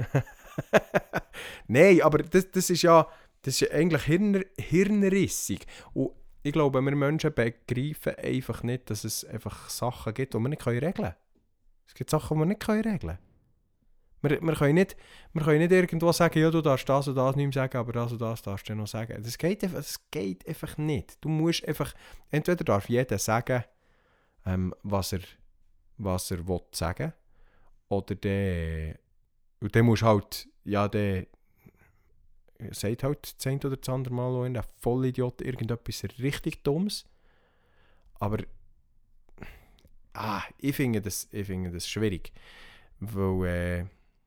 Nein, aber das, das ist ja das ist eigentlich hirn, hirnrissig. Und ich glaube, wir Menschen begreifen einfach nicht, dass es einfach Sachen gibt, die wir nicht regeln können. Es gibt Sachen, die wir nicht regeln können. Wir, wir, können nicht, wir können nicht irgendwo sagen, ja, du darfst das und das nicht mehr sagen, aber das und das darfst du noch sagen. Das geht, einfach- das geht einfach nicht. Du musst einfach, entweder darf jeder sagen, ähm, was er, was er will sagen, oder der, und dann musst du halt, ja, der sagt halt das eine oder das andere Mal auch ein Vollidiot irgendetwas richtig Dummes. Aber ah, ich finde das, ich finde das schwierig, weil, äh,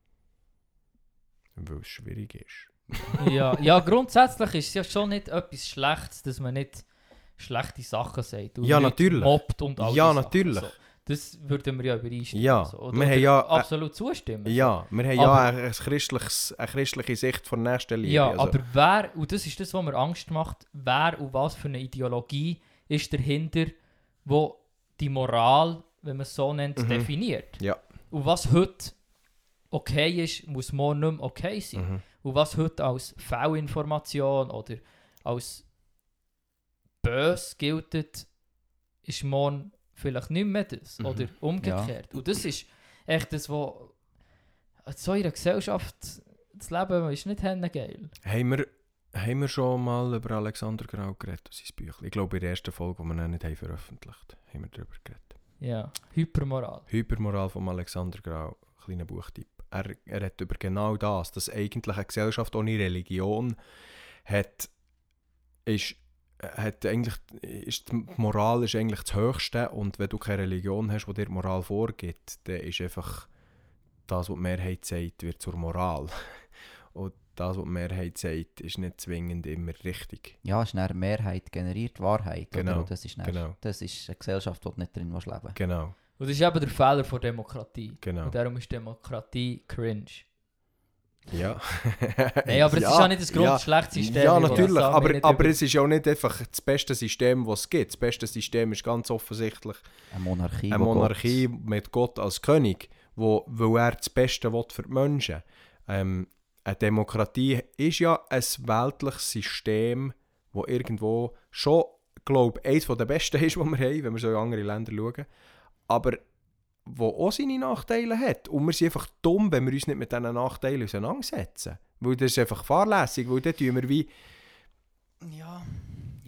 weil es schwierig ist. ja, ja, grundsätzlich ist es ja schon nicht etwas Schlechtes, dass man nicht schlechte Sachen sagt. Und Ja, Leute natürlich. mobbt und all Ja, die Sachen. natürlich. So. Das würden wir ja übereinstimmen. Ja, so. Oder, wir haben oder ja, äh, absolut zustimmen. Ja, wir haben Aber- ja eine, eine, christliches, eine christliche Sicht von Nächstenliebe. Ja, also. aber wer, und das ist das, was mir Angst macht, wer und was für eine Ideologie ist dahinter, wo die Moral, wenn man es so nennt, Mhm. definiert. Ja. Und was heute okay ist, muss morgen nicht mehr okay sein. Mhm. Und was heute als Fehlinformation oder als böse gilt, ist morgen vielleicht nicht mehr das. Mhm. Oder umgekehrt. Und das ist echt das, was so in einer Gesellschaft zu leben, ist nicht geil. Haben wir, haben wir schon mal über Alexander Grau geredet und sein Büchlein? Ich glaube, in der ersten Folge, die wir noch nicht haben veröffentlicht haben, haben wir darüber geredet. Ja, Hypermoral. Hypermoral von Alexander Grau, kleiner Buchtipp. Er, er hat über genau das, dass eigentlich eine Gesellschaft ohne Religion hat, ist, hat eigentlich, ist die Moral ist eigentlich das Höchste, und wenn du keine Religion hast, die dir die Moral vorgibt, dann ist einfach das, was die Mehrheit sagt, wird zur Moral. Und das, was die Mehrheit sagt, ist nicht zwingend immer richtig. Ja, ist eine Mehrheit generiert Wahrheit. Genau, Oder? Und Das, ist dann, genau. das ist eine Gesellschaft, die du nicht drin willst leben. Genau, Und das ist eben der Fehler von Demokratie. genau. Und darum ist Demokratie cringe. Ja. Nein, aber es ist ja nicht ein grundschlechtes System. Ja, ich will natürlich, das aber, nicht aber über- es ist ja nicht einfach das beste System, das es gibt. Das beste System ist ganz offensichtlich Eine Monarchie. eine wo Monarchie Gott- mit Gott als König, wo, weil er das Beste will für die Menschen. Ähm, eine Demokratie ist ja ein weltliches System, das irgendwo schon, glaube ich, eines der besten ist, die wir haben, wenn wir so in andere Länder schauen. Aber wo auch seine Nachteile hat. Und wir sind einfach dumm, wenn wir uns nicht mit diesen Nachteilen auseinandersetzen. Weil das ist einfach fahrlässig, weil dann tun wir wie... Ja.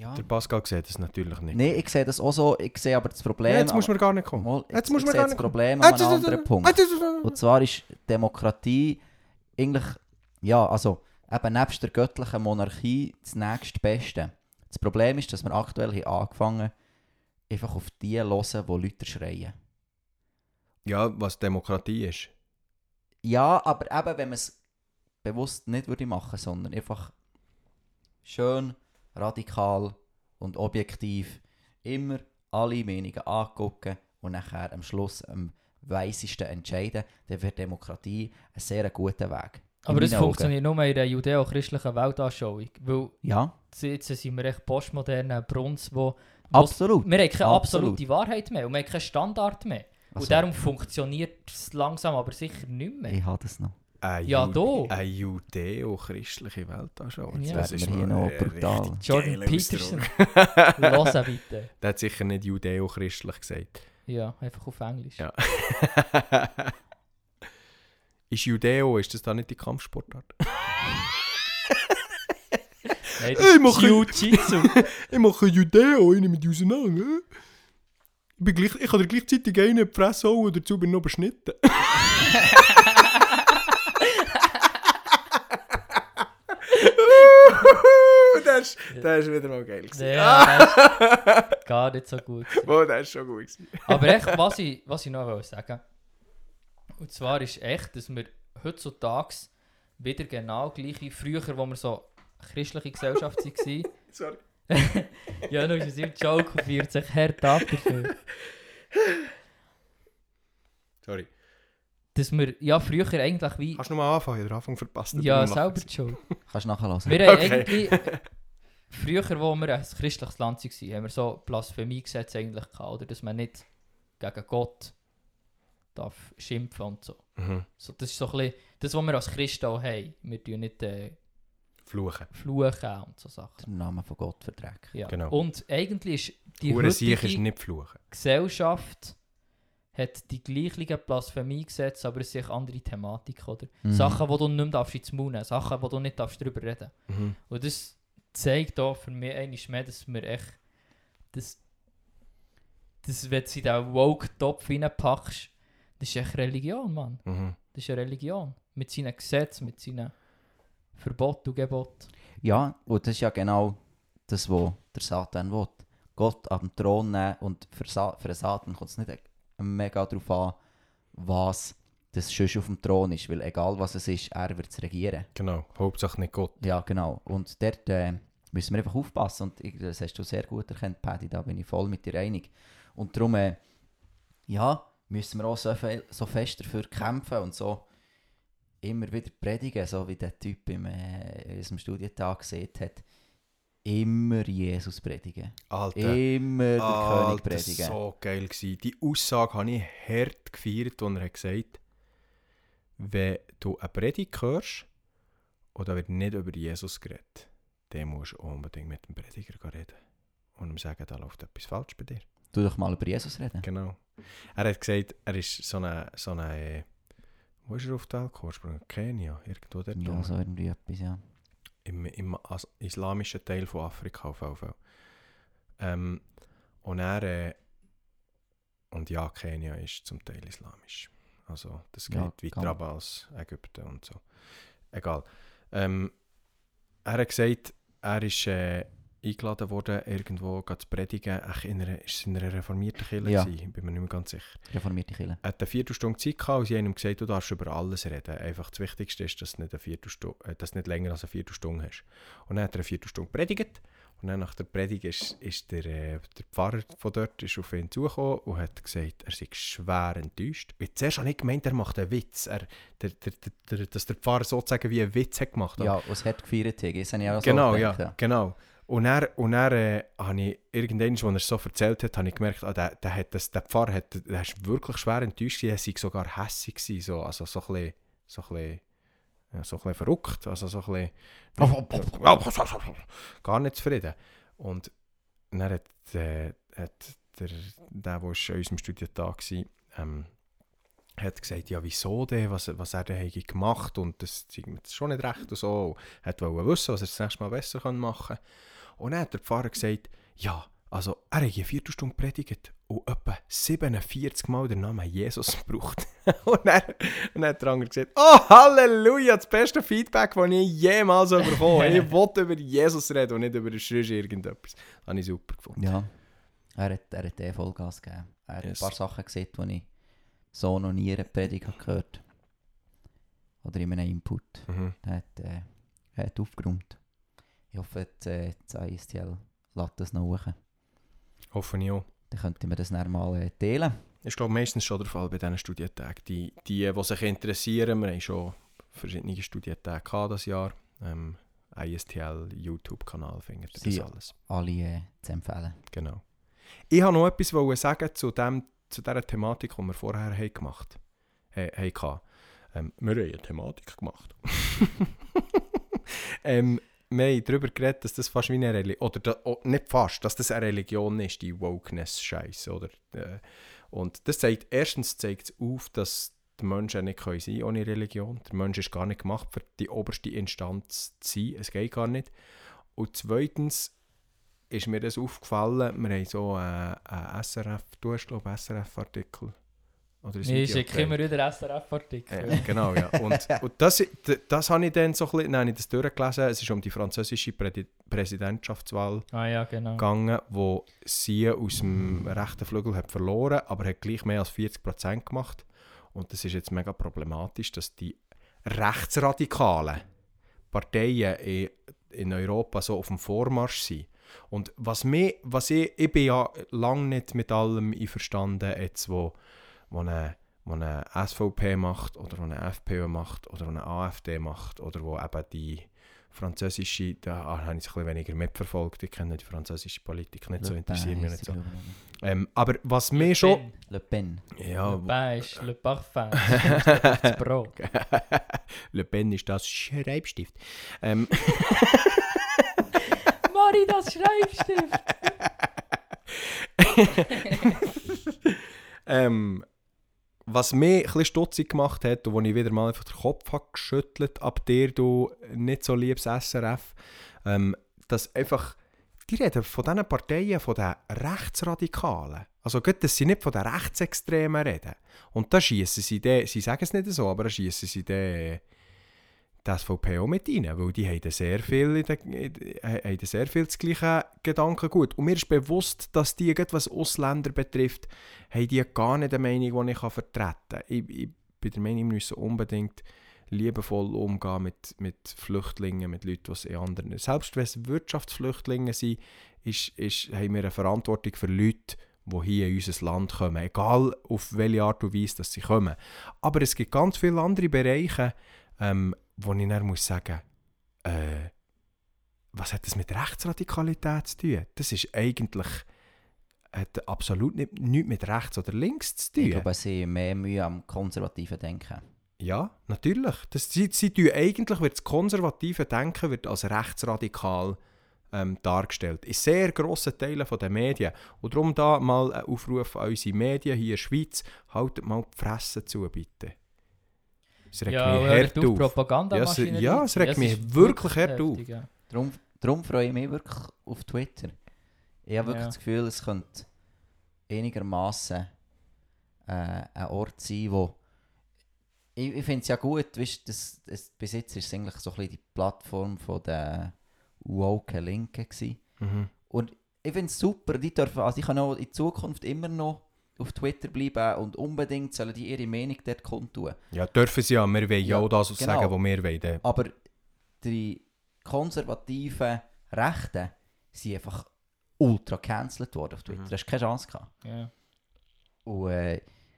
Ja. Der Pascal sieht das natürlich nicht. Nein, ich sehe das auch so. Ich sehe aber das Problem... Ja, jetzt muss man gar nicht kommen. Mal, Jetzt ich, muss ich man sehe gar das nicht kommen. Problem an einem anderen Punkt. Und Und zwar ist Demokratie eigentlich, ja, also eben nebst der göttlichen Monarchie das nächste Beste. Das Problem ist, dass wir aktuell haben angefangen einfach auf die zu hören, die Leute schreien. ja, was Demokratie ist. Ja, aber eben, wenn man es bewusst nicht würde machen, sondern einfach schön, radikal und objektiv immer alle Meinungen angucken und nachher am Schluss am weisesten entscheiden, dann wäre Demokratie ein sehr guter Weg. In Aber das meinen Augen. funktioniert nur in der judäo-christlichen Weltanschauung. Weil Ja, jetzt sind wir echt postmoderne Brunz, wo... absolut. Wir haben keine Absolut. absolute Wahrheit mehr und wir haben keinen Standard mehr. Also, Und darum funktioniert es langsam, aber sicher nicht mehr. ich habe das noch. Eine Ja, Ju- da. Eine judäo-christliche Weltanschauung. Ja. Das Werden ist wir hier mal noch ein brutal. richtig Jordan geiler Peterson. Ausdruck. Hören bitte. Der hat sicher nicht judäo-christlich gesagt. Ja, einfach auf Englisch. Ja. Ist Judäo, ist das da nicht die Kampfsportart? Nein, das Hey, ist mach ich- Jiu-Jitsu. Ich mache Judäo, ich nehme die auseinander. Ich, bin gleich, ich kann dir gleichzeitig einen in die Fresse hauen und dazu bin ich noch beschnitten. das, das ist wieder mal geil gewesen. Ja, das ist gar nicht so gut. gewesen. Oh, das ist schon gut gewesen. Aber echt, was ich, was ich noch will sagen und zwar ist echt, dass wir heutzutage wieder genau gleich wie früher, wo wir so eine christliche Gesellschaft waren. Sorry. Ja, nur ist es im Joke und feiert sich hart ab dafür. Sorry. Dass wir, ja, früher eigentlich wie... Kannst du nochmal anfangen? Ich habe den Anfang verpasst. Ja, aber wir machen selber schon. Kannst du nachhören. Wir haben Okay. eigentlich... Früher, wo wir ein christliches Land waren, haben wir so Blasphemiegesetze eigentlich gehabt, oder dass man nicht gegen Gott darf schimpfen und so. es. Mhm. So, das ist so ein bisschen das, was wir als Christen auch haben. Wir tun nicht äh, Fluchen. fluchen und so Sachen. Den Namen von Gott verdrecken. Ja. Genau. Und eigentlich ist die Hure Sieg ist heutige nicht fluchen. Gesellschaft hat die gleichen Blasphemiegesetze, aber es sind andere Thematik, oder? Mhm. Sachen, die du nicht mehr darfst ins Mund nehmen, Sachen, wo du nicht darfst darüber reden. Mhm. Und das zeigt auch für mich einmal mehr, dass wir echt das, das wenn du in diesen Woke-Topf reinpackst, das ist echt Religion, Mann. Mhm. Das ist eine Religion. Mit seinen Gesetzen, mit seinen Verboten und Geboten. Ja, und das ist ja genau das, was der Satan will. Gott auf den Thron nehmen und für, Sa für den Satan kommt es nicht mega darauf an, was das schon auf dem Thron ist, weil egal was es ist, er wird es regieren. Genau. Hauptsache nicht Gott. Ja, genau. Und dort äh, müssen wir einfach aufpassen und ich, das hast du sehr gut erkannt, Paddy, da bin ich voll mit dir einig. Und darum, äh, ja, müssen wir auch so, viel, so fest dafür kämpfen und so immer wieder predigen, so wie der Typ im, äh, in unserem Studientag gesehen hat. Immer Jesus predigen. Alter. Immer der Alter, König das predigen. war so geil gewesen. Die Aussage habe ich hart gefeiert, als er hat gesagt hat, wenn du eine Predigt hörst und da wird nicht über Jesus geredet, dann musst du unbedingt mit dem Prediger reden und ihm sagen, da läuft etwas falsch bei dir. Tu doch mal über Jesus reden. Genau. Er hat gesagt, er ist so eine, so eine äh, wo ist er auf die Welt gekommen? Kenia, irgendwo dort. Ja, oben. so irgendwie etwas, ja. Im, im as- islamischen Teil von Afrika auf jeden Fall. Ähm, und er, äh, und ja, Kenia ist zum Teil islamisch. Also das geht Ja, weiter kann- ab als Ägypten und so. Egal. Ähm, er hat gesagt, er ist äh, eingeladen worden, irgendwo zu predigen. Ach, in einer, ist es in einer reformierten Kirche Ja. gewesen? Bin mir nicht mehr ganz sicher. Reformierte Kirche. Er hat eine Viertelstunde Zeit gehabt und sie haben ihm gesagt, du darfst über alles reden. Einfach das Wichtigste ist, dass du nicht, eine Viertelstunde, äh, dass du nicht länger als eine Viertelstunde hast. Und dann hat er eine Viertelstunde predigt. Und dann nach der Predigt ist, ist der, äh, der Pfarrer von dort ist auf ihn zugekommen und hat gesagt, er sei schwer enttäuscht. Und zuerst habe ich gemeint, er macht einen Witz. Er, der, der, der, der, dass der Pfarrer sozusagen wie einen Witz hat gemacht. Ja, was hat gefeiert hat. Das habe ich auch Genau, so ja, gedacht, genau. Und dann, und dann äh, habe ich irgendwann, als er es so erzählt hat, habe ich gemerkt, ah, der, der, hat das, der Pfarrer hat, der ist wirklich schwer enttäuscht, er war sogar hässig gewesen, so, also so ein bisschen, so ein bisschen, ja, so ein bisschen verrückt, also so ein bisschen, gar nicht zufrieden. Und dann hat, äh, hat der, der, der in unserem Studientag war, ähm, hat gesagt, ja wieso denn, was, was er denn gemacht und das ist schon nicht recht und so. Er wollte wissen, was er das nächste Mal besser machen kann. Und dann hat der Pfarrer gesagt, ja, also er hat eine Viertelstunde predigt und etwa siebenundvierzig Mal den Namen Jesus gebraucht. und, dann, und dann hat der andere gesagt, oh Halleluja, das beste Feedback, das ich jemals bekommen habe. Ich wollte über Jesus reden und nicht über sonst irgendetwas. Das habe ich super gefunden. Ja, er hat, er hat eh Vollgas gegeben. Er hat Yes. ein paar Sachen gesehen, die ich so noch nie in einer Predigt habe gehört habe. Oder in einem Input. Mhm. Er hat, äh, er hat aufgeräumt. Ich hoffe, das, äh, das I S T L lässt das noch hoch. Hoffe ich auch. Dann könnten wir das dann mal äh, teilen. Ich glaube, meistens schon der Fall bei diesen Studientagen. Die, die, die sich interessieren, wir haben schon verschiedene Studientage gehabt dieses Jahr. Ähm, I S T L, YouTube-Kanal, findet ihr das Sie- alles. Alle äh, zu empfehlen. Genau. Ich wollte noch etwas wollen sagen zu, dem, zu dieser Thematik, die wir vorher haben gemacht haben. Ähm, wir haben eine Thematik gemacht. ähm, wir haben darüber geredet, dass das fast wie eine Religion, oder da, oh, nicht fast, dass das eine Religion ist, die Wokeness-Scheiße, oder? Äh, und das zeigt, erstens zeigt es auf, dass die Menschen nicht sein können ohne Religion. Der Mensch ist gar nicht gemacht, für die oberste Instanz zu sein. Es geht gar nicht. Und zweitens ist mir das aufgefallen, wir haben so einen, einen S R F, du hast glaube ich S R F-Artikel. Oder ein Ich Video schicke immer geteilt. wieder S R F-Artikel. Ja, genau, ja. Und, und das, das, das habe ich dann so ein bisschen, dann habe ich das durchgelesen. Es ist um die französische Prä- Präsidentschaftswahl Ah ja, genau. gegangen, wo sie aus dem rechten Flügel hat verloren, aber hat gleich mehr als vierzig Prozent gemacht. Und das ist jetzt mega problematisch, dass die rechtsradikalen Parteien in, in Europa so auf dem Vormarsch sind. Und was, mich, was ich, ich bin ja lange nicht mit allem einverstanden, jetzt wo, wo eine, wo eine S V P macht oder wo eine F P Ö macht oder wo eine A F D macht oder wo eben die französische, da habe ich es ein bisschen weniger mitverfolgt, ich kenne die französische Politik nicht so, Le Pen interessiert mich heisst nicht so. sie, glaube ich. Ähm, aber was Le mir schon... Pen. Le Pen. Ja, Le Pen ist Le Parfum. Das Brot. Le Pen ist das Schreibstift. Ähm, Mari, das Schreibstift! ähm, was mich ein bisschen stutzig gemacht hat und wo ich wieder mal einfach den Kopf habe geschüttelt, ab dir, du nicht so liebes S R F, ähm, dass einfach, die reden von diesen Parteien, von den Rechtsradikalen. Also gut, dass sie nicht von den Rechtsextremen reden. Und da schiessen sie den, sie sagen es nicht so, aber da schiessen sie den, die S V P auch mit rein, weil die haben sehr viel, in den, in, haben sehr viel das gleiche Gedankengut. Und mir ist bewusst, dass die, was Ausländer betrifft, haben die gar nicht eine Meinung, die ich vertreten kann. Ich, ich bin der Meinung, wir müssen unbedingt liebevoll umgehen mit, mit Flüchtlingen, mit Leuten, die in anderen... Selbst wenn es Wirtschaftsflüchtlinge sind, ist, ist, haben wir eine Verantwortung für Leute, die hier in unser Land kommen. Egal auf welche Art und Weise dass sie kommen. Aber es gibt ganz viele andere Bereiche, ähm, wo ich dann muss sagen, äh, was hat das mit Rechtsradikalität zu tun? Das ist eigentlich, hat absolut nicht, nichts mit rechts oder links zu tun. Ich glaube, sie haben mehr Mühe am konservativen Denken. Ja, natürlich. Das, sie, sie tun eigentlich, wird das konservative Denken wird als rechtsradikal ähm, dargestellt. In sehr grossen Teilen der Medien. Und darum da mal ein Aufruf an unsere Medien hier in der Schweiz, haltet mal die Fresse zu, bitte. Es regt Ja, mich hört hart auf auf. Propagandamaschinen. Ja, es- ja, es regt mich ist wirklich hart auf. heftig, ja. Darum, darum freue ich mich wirklich auf Twitter. Ich habe wirklich Ja. das Gefühl, es könnte einigermaßen äh, ein Ort sein, wo... Ich, ich finde es ja gut, weißt, das, das, bis jetzt war es eigentlich so ein bisschen die Plattform von der woke Linken gewesen. Mhm. Und ich finde es super, die dürfen, also ich kann auch in Zukunft immer noch auf Twitter bleiben und unbedingt sollen die ihre Meinung dort kundtun. Ja, dürfen sie ja. Wir wollen ja Ja, auch das genau. sagen, was wir wollen. Aber die konservativen Rechten sind einfach ultra cancelled worden auf Twitter. Mhm. Du hast keine Chance gehabt. Ja. Und äh,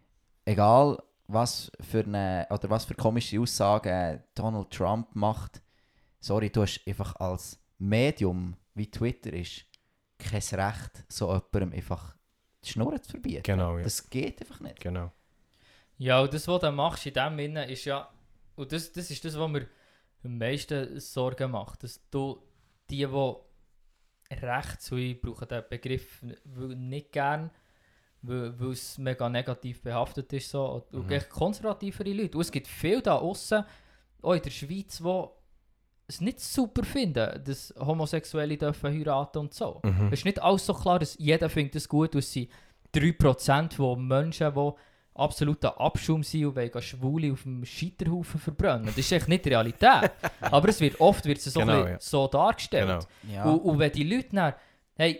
egal was für eine, oder was für komische Aussagen Donald Trump macht, sorry, du hast einfach als Medium, wie Twitter ist, kein Recht, so jemandem einfach die Schnurren zu verbieten. Genau, ja. Das geht einfach nicht. Genau. Ja, und das, was du machst in dem Sinne, ist ja, und das, das ist das, was mir am meisten Sorgen macht, dass du die, die rechts, und ich brauche den Begriff nicht gern, weil, weil es mega negativ behaftet ist, so, und Mhm. echt konservativere Leute. Und es gibt viele da aussen, auch in der Schweiz, die es nicht super finden, dass Homosexuelle dürfen heiraten und so. Mhm. Es ist nicht alles so klar, dass jeder findet es gut, und es sind drei Prozent von Menschen, die absoluter Abschaum sind und wollen Schwule auf dem Scheiterhaufen verbrennen. Das ist echt nicht die Realität. Aber es wird, oft wird es so, Genau, ein bisschen ja. so dargestellt. Genau. Ja. Und, und wenn die Leute dann, hey,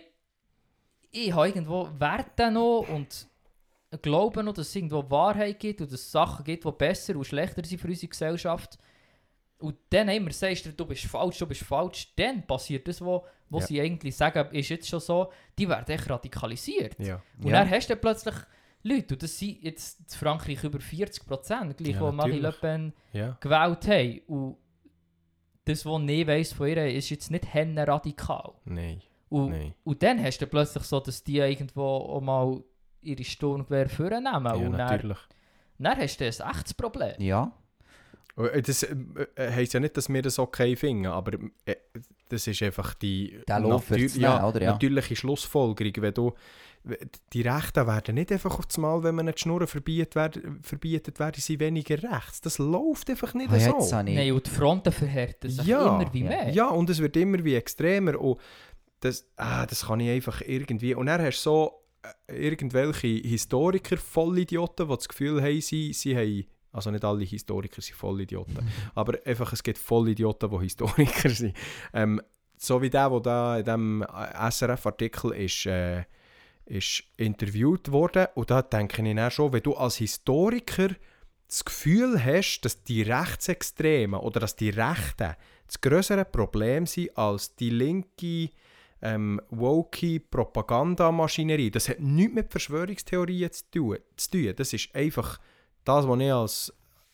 ich habe irgendwo Werte noch und glaube noch, dass es irgendwo Wahrheit gibt und dass es Sachen gibt, die besser und schlechter sind für unsere Gesellschaft. Und dann immer sagst du, du bist falsch, du bist falsch, dann passiert das, wo, wo Ja. sie eigentlich sagen, ist jetzt schon so, die werden echt radikalisiert. Ja. Und Ja. dann hast du dann plötzlich Leute, und das sind jetzt in Frankreich über vierzig Prozent, gleich Ja, wo Marine Le natürlich. Pen Ja. gewählt haben. Und das, was ich weiss von ihr, ist jetzt nicht henne radikal. Nein. Und, Nein. und dann hast du plötzlich so, dass die irgendwo auch mal ihre Sturmgewehr vornehmen. Ja, und dann, natürlich. dann hast du ein echtes Problem. Ja. Und Das äh, äh, heisst ja nicht, dass wir das okay finden, aber äh, das ist einfach die Der Lauf natür- wird's ja, nehmen, oder? Ja. natürliche Schlussfolgerung. Wenn du, die Rechten werden nicht einfach auf das Mal, wenn man die Schnurren verbietet, werden, verbietet, werden sie weniger rechts. Das läuft einfach nicht Ah, jetzt so. habe ich- Nein, und die Fronten verhärten sich Ja, immer wie ja. mehr. Ja, und es wird immer wie extremer. Und das, ah, das kann ich einfach irgendwie... Und dann hast du so äh, irgendwelche Historiker, Vollidioten, die das Gefühl haben, sie, sie haben... Also nicht alle Historiker sind Vollidioten. Aber einfach, es gibt Vollidioten, die Historiker sind. Ähm, so wie der, der da in diesem S R F-Artikel ist, äh, ist interviewt wurde. Und da denke ich dann schon, wenn du als Historiker das Gefühl hast, dass die Rechtsextremen oder dass die Rechten das größere Problem sind als die linke ähm, woke Propagandamaschinerie. Das hat nichts mit Verschwörungstheorien zu tun. Zu tun. Das ist einfach das, was ich als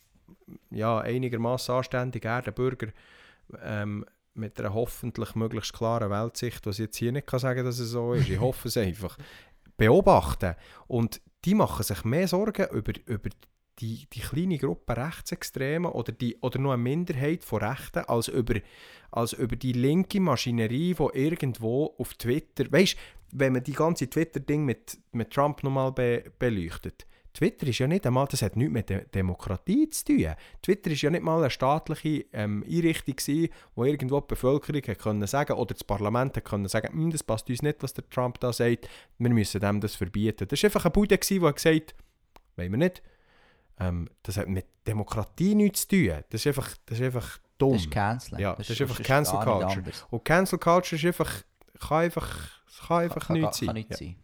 ja, einigermaßen anständiger Erdenbürger ähm, mit einer hoffentlich möglichst klaren Weltsicht, was ich jetzt hier nicht kann sagen, dass es so ist, ich hoffe es einfach, beobachten. Und die machen sich mehr Sorgen über, über die, die kleine Gruppe Rechtsextremen oder, die, oder nur eine Minderheit von Rechten, als über, als über die linke Maschinerie, die irgendwo auf Twitter, weißt, wenn man die ganze Twitter-Ding mit, mit Trump nochmal be, beleuchtet, Twitter ist ja nicht einmal, das hat nichts mit De- Demokratie zu tun. Twitter ist ja nicht mal eine staatliche ähm, Einrichtung gewesen, wo irgendwo die Bevölkerung hat können sagen, oder das Parlament hat können sagen, hm, das passt uns nicht, was der Trump da sagt, wir müssen dem das verbieten. Das war einfach eine Bude, die hat gesagt, wollen wir nicht. Ähm, das hat mit Demokratie nichts zu tun. Das ist einfach, das ist einfach dumm. Das ist Canceln. Ja, das ist einfach sonst Cancel gar nicht Culture. anders. Und Cancel Culture ist einfach, kann einfach, kann einfach Kann- nichts kann, sein. kann nichts Ja. sein.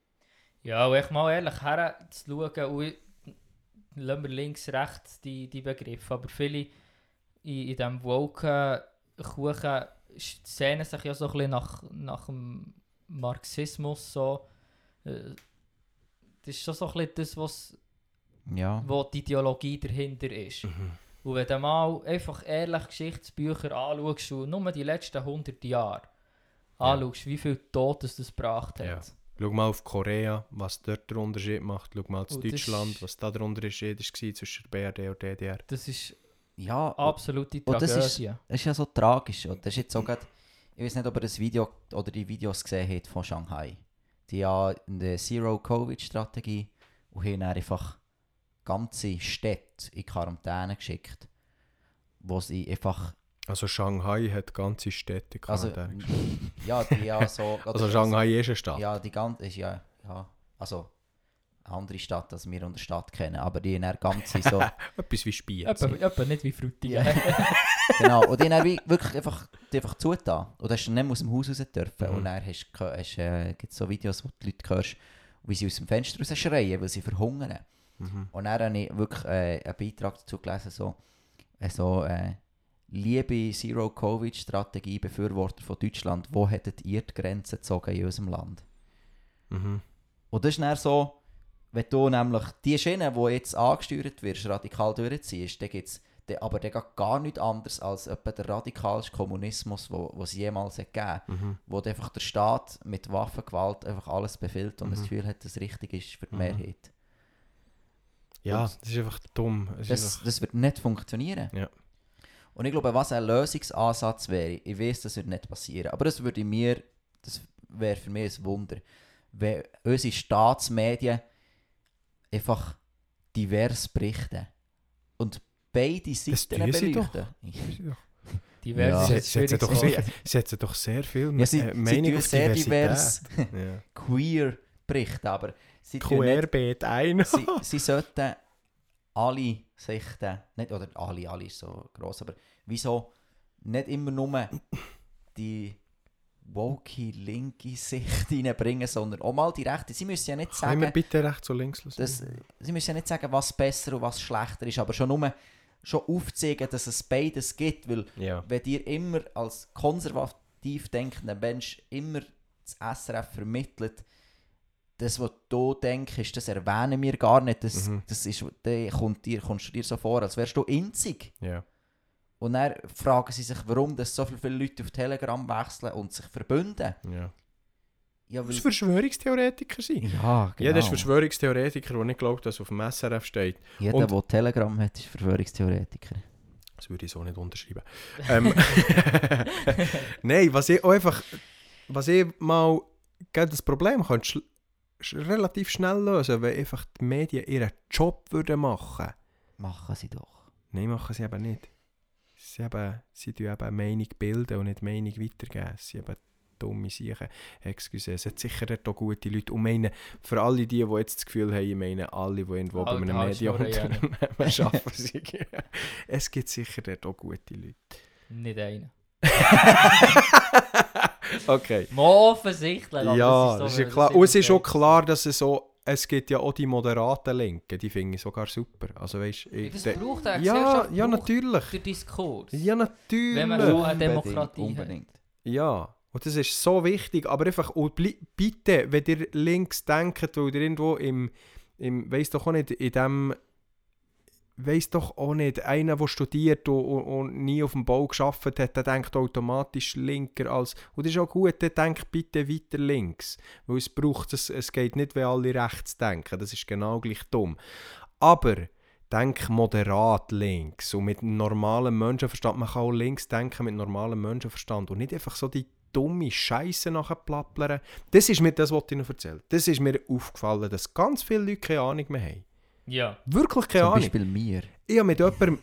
Ja, und echt mal ehrlich herzuschauen, und lassen wir links, rechts die, die Begriffe, aber viele in, in diesem woken Kuchen sehnen sich ja so ein bisschen nach, nach dem Marxismus so. Äh, Das ist schon so ein bisschen das, was, Ja. wo die Ideologie dahinter ist. Mhm. Und wenn du mal einfach ehrlich Geschichtsbücher anschaust und nur die letzten hundert Jahre Ja. anschaust, wie viel Todes das gebracht hat. Ja. Schau mal auf Korea, was dort der Unterschied macht. Schau mal zu Und das Deutschland, ist- was da der Unterschied war zwischen der B R D und D D R. Das ist Ja, absolute und das Tragödie. ist- das ist ja so tragisch. Und das ist jetzt so grad, ich weiß nicht, ob ihr das Video oder die Videos gesehen habt von Shanghai. Die haben eine Zero-Covid-Strategie und haben dann einfach ganze Städte in Quarantäne geschickt, wo sie einfach... Also Shanghai hat ganze Städte in Also, Quarantäne. ja, die ja so... Also Shanghai ist eine Stadt. Ja, die ganze... Ist ja, ja, also eine andere Stadt, als wir unter Stadt kennen, aber die haben dann ganze so... Etwas wie Spiez. Etwa, etwa nicht wie Frutigen. Ja. Genau, und die haben dann wie wirklich einfach, die einfach zugetan. Und du hast dann nicht mehr aus dem Haus raus dürfen. Mhm. Und dann hast, hast, äh, gibt es so Videos, wo die Leute hörst, wie sie aus dem Fenster raus schreien, weil sie verhungern. Mhm. Und dann habe ich wirklich äh, einen Beitrag dazu gelesen, so, äh, so äh, liebe Zero-Covid-Strategie Befürworter von Deutschland, wo hättet ihr die Grenzen gezogen in unserem Land? Mhm. Und das ist dann so, wenn du nämlich die Schiene, die jetzt angesteuert wird, radikal durchziehst, dann gibt es aber der geht gar nichts anderes als etwa der radikalste Kommunismus, wo, wo es jemals hat gegeben hat, Mhm. wo einfach der Staat mit Waffengewalt einfach alles befiehlt und Mhm. das Gefühl hat, dass es richtig ist für die Mhm. Mehrheit. Ja, Und das ist einfach dumm. Es ist Das, einfach, das wird nicht funktionieren. Ja. Und ich glaube, was ein Lösungsansatz wäre, ich weiß, das wird nicht passieren, aber das würde mir, das wäre für mich ein Wunder, wenn unsere Staatsmedien einfach divers berichten und beide Seiten tun sie beleuchten. Divers Ja. ist Sie ein setzen doch, schwieriges sicher- Wort. sie setzen doch sehr viel Ja, sie, äh, sie Meinung tun auf sehr Diversität. divers Ja. queer berichten, aber sie tun nicht, Querbeet ein. sie, sie sollten alle Sichten, nicht, oder alle, alle ist so gross, aber wieso nicht immer nur die woke linke Sicht reinbringen, sondern auch mal die rechte. Sie müssen ja nicht Können wir sagen, bitte rechts und links lassen? dass, sie müssen ja nicht sagen, was besser und was schlechter ist, aber schon nur schon aufzeigen, dass es beides gibt, weil Ja. wenn dir immer als konservativ denkender Mensch immer das S R F vermittelt, das, was du denkst, das erwähnen wir gar nicht. Das, Mhm. das ist, dann kommt dir, kommst du dir so vor, als wärst du einzig. Ja. Und dann fragen sie sich, warum dass so viele Leute auf Telegram wechseln und sich verbünden. Ja. Ja, Das weil, ist Verschwörungstheoretiker sein. ja, genau. Jeder ist Verschwörungstheoretiker, der nicht glaubt, dass auf dem S R F steht. Jeder, und- der Telegram hat, ist Verschwörungstheoretiker. Das würde ich so nicht unterschreiben. ähm, Nein, was ich auch einfach, was ich mal, gell, das Problem könnte schl sch relativ schnell lösen, wenn einfach die Medien ihren Job würden machen. Machen sie doch. Nein, machen sie eben nicht. Sie, eben, sie tun eben Meinung bilden und nicht Meinung weitergeben. Sie eben dumme Sachen. Excuse, es hat sicher dort auch gute Leute. Und meine, für alle die, die jetzt das Gefühl haben, ich meine alle, die irgendwo bei Halt- einem halt Schnurren, Medienunternehmen arbeiten, sie, es gibt sicher dort auch gute Leute. Nicht einer. Okay. Mal offensichtlich. aber Ja, so, das ist weil ja klar. immer Und es ist auch fake. klar, dass es so, es gibt ja auch die moderaten Linken, die finde ich sogar super. Also weißt, Ja, ich, das de- braucht eine ja, Gesellschaft, ja, braucht natürlich. der Diskurs. Ja, natürlich. Wenn man so eine Demokratie Unbedingt, hat. unbedingt. Ja, und das ist so wichtig, aber einfach, und bli- bitte, wenn ihr links denkt, weil ihr irgendwo im, im weiss doch auch nicht, in dem, weiss doch auch nicht, einer, der studiert und, und, und nie auf dem Bau gearbeitet hat, der denkt automatisch linker als, und das ist auch gut, der denkt bitte weiter links, weil es braucht, es, es geht nicht, wenn alle rechts denken, das ist genau gleich dumm. Aber denk moderat links und mit normalem Menschenverstand. Man kann auch links denken mit normalem Menschenverstand und nicht einfach so die dumme Scheiße nachher plapplern. Das ist mir das, was ich noch erzählt. Das ist mir aufgefallen, dass ganz viele Leute keine Ahnung mehr haben. Ja. Wirklich keine Zum Ahnung. Beispiel mir. Ich habe mit jemandem,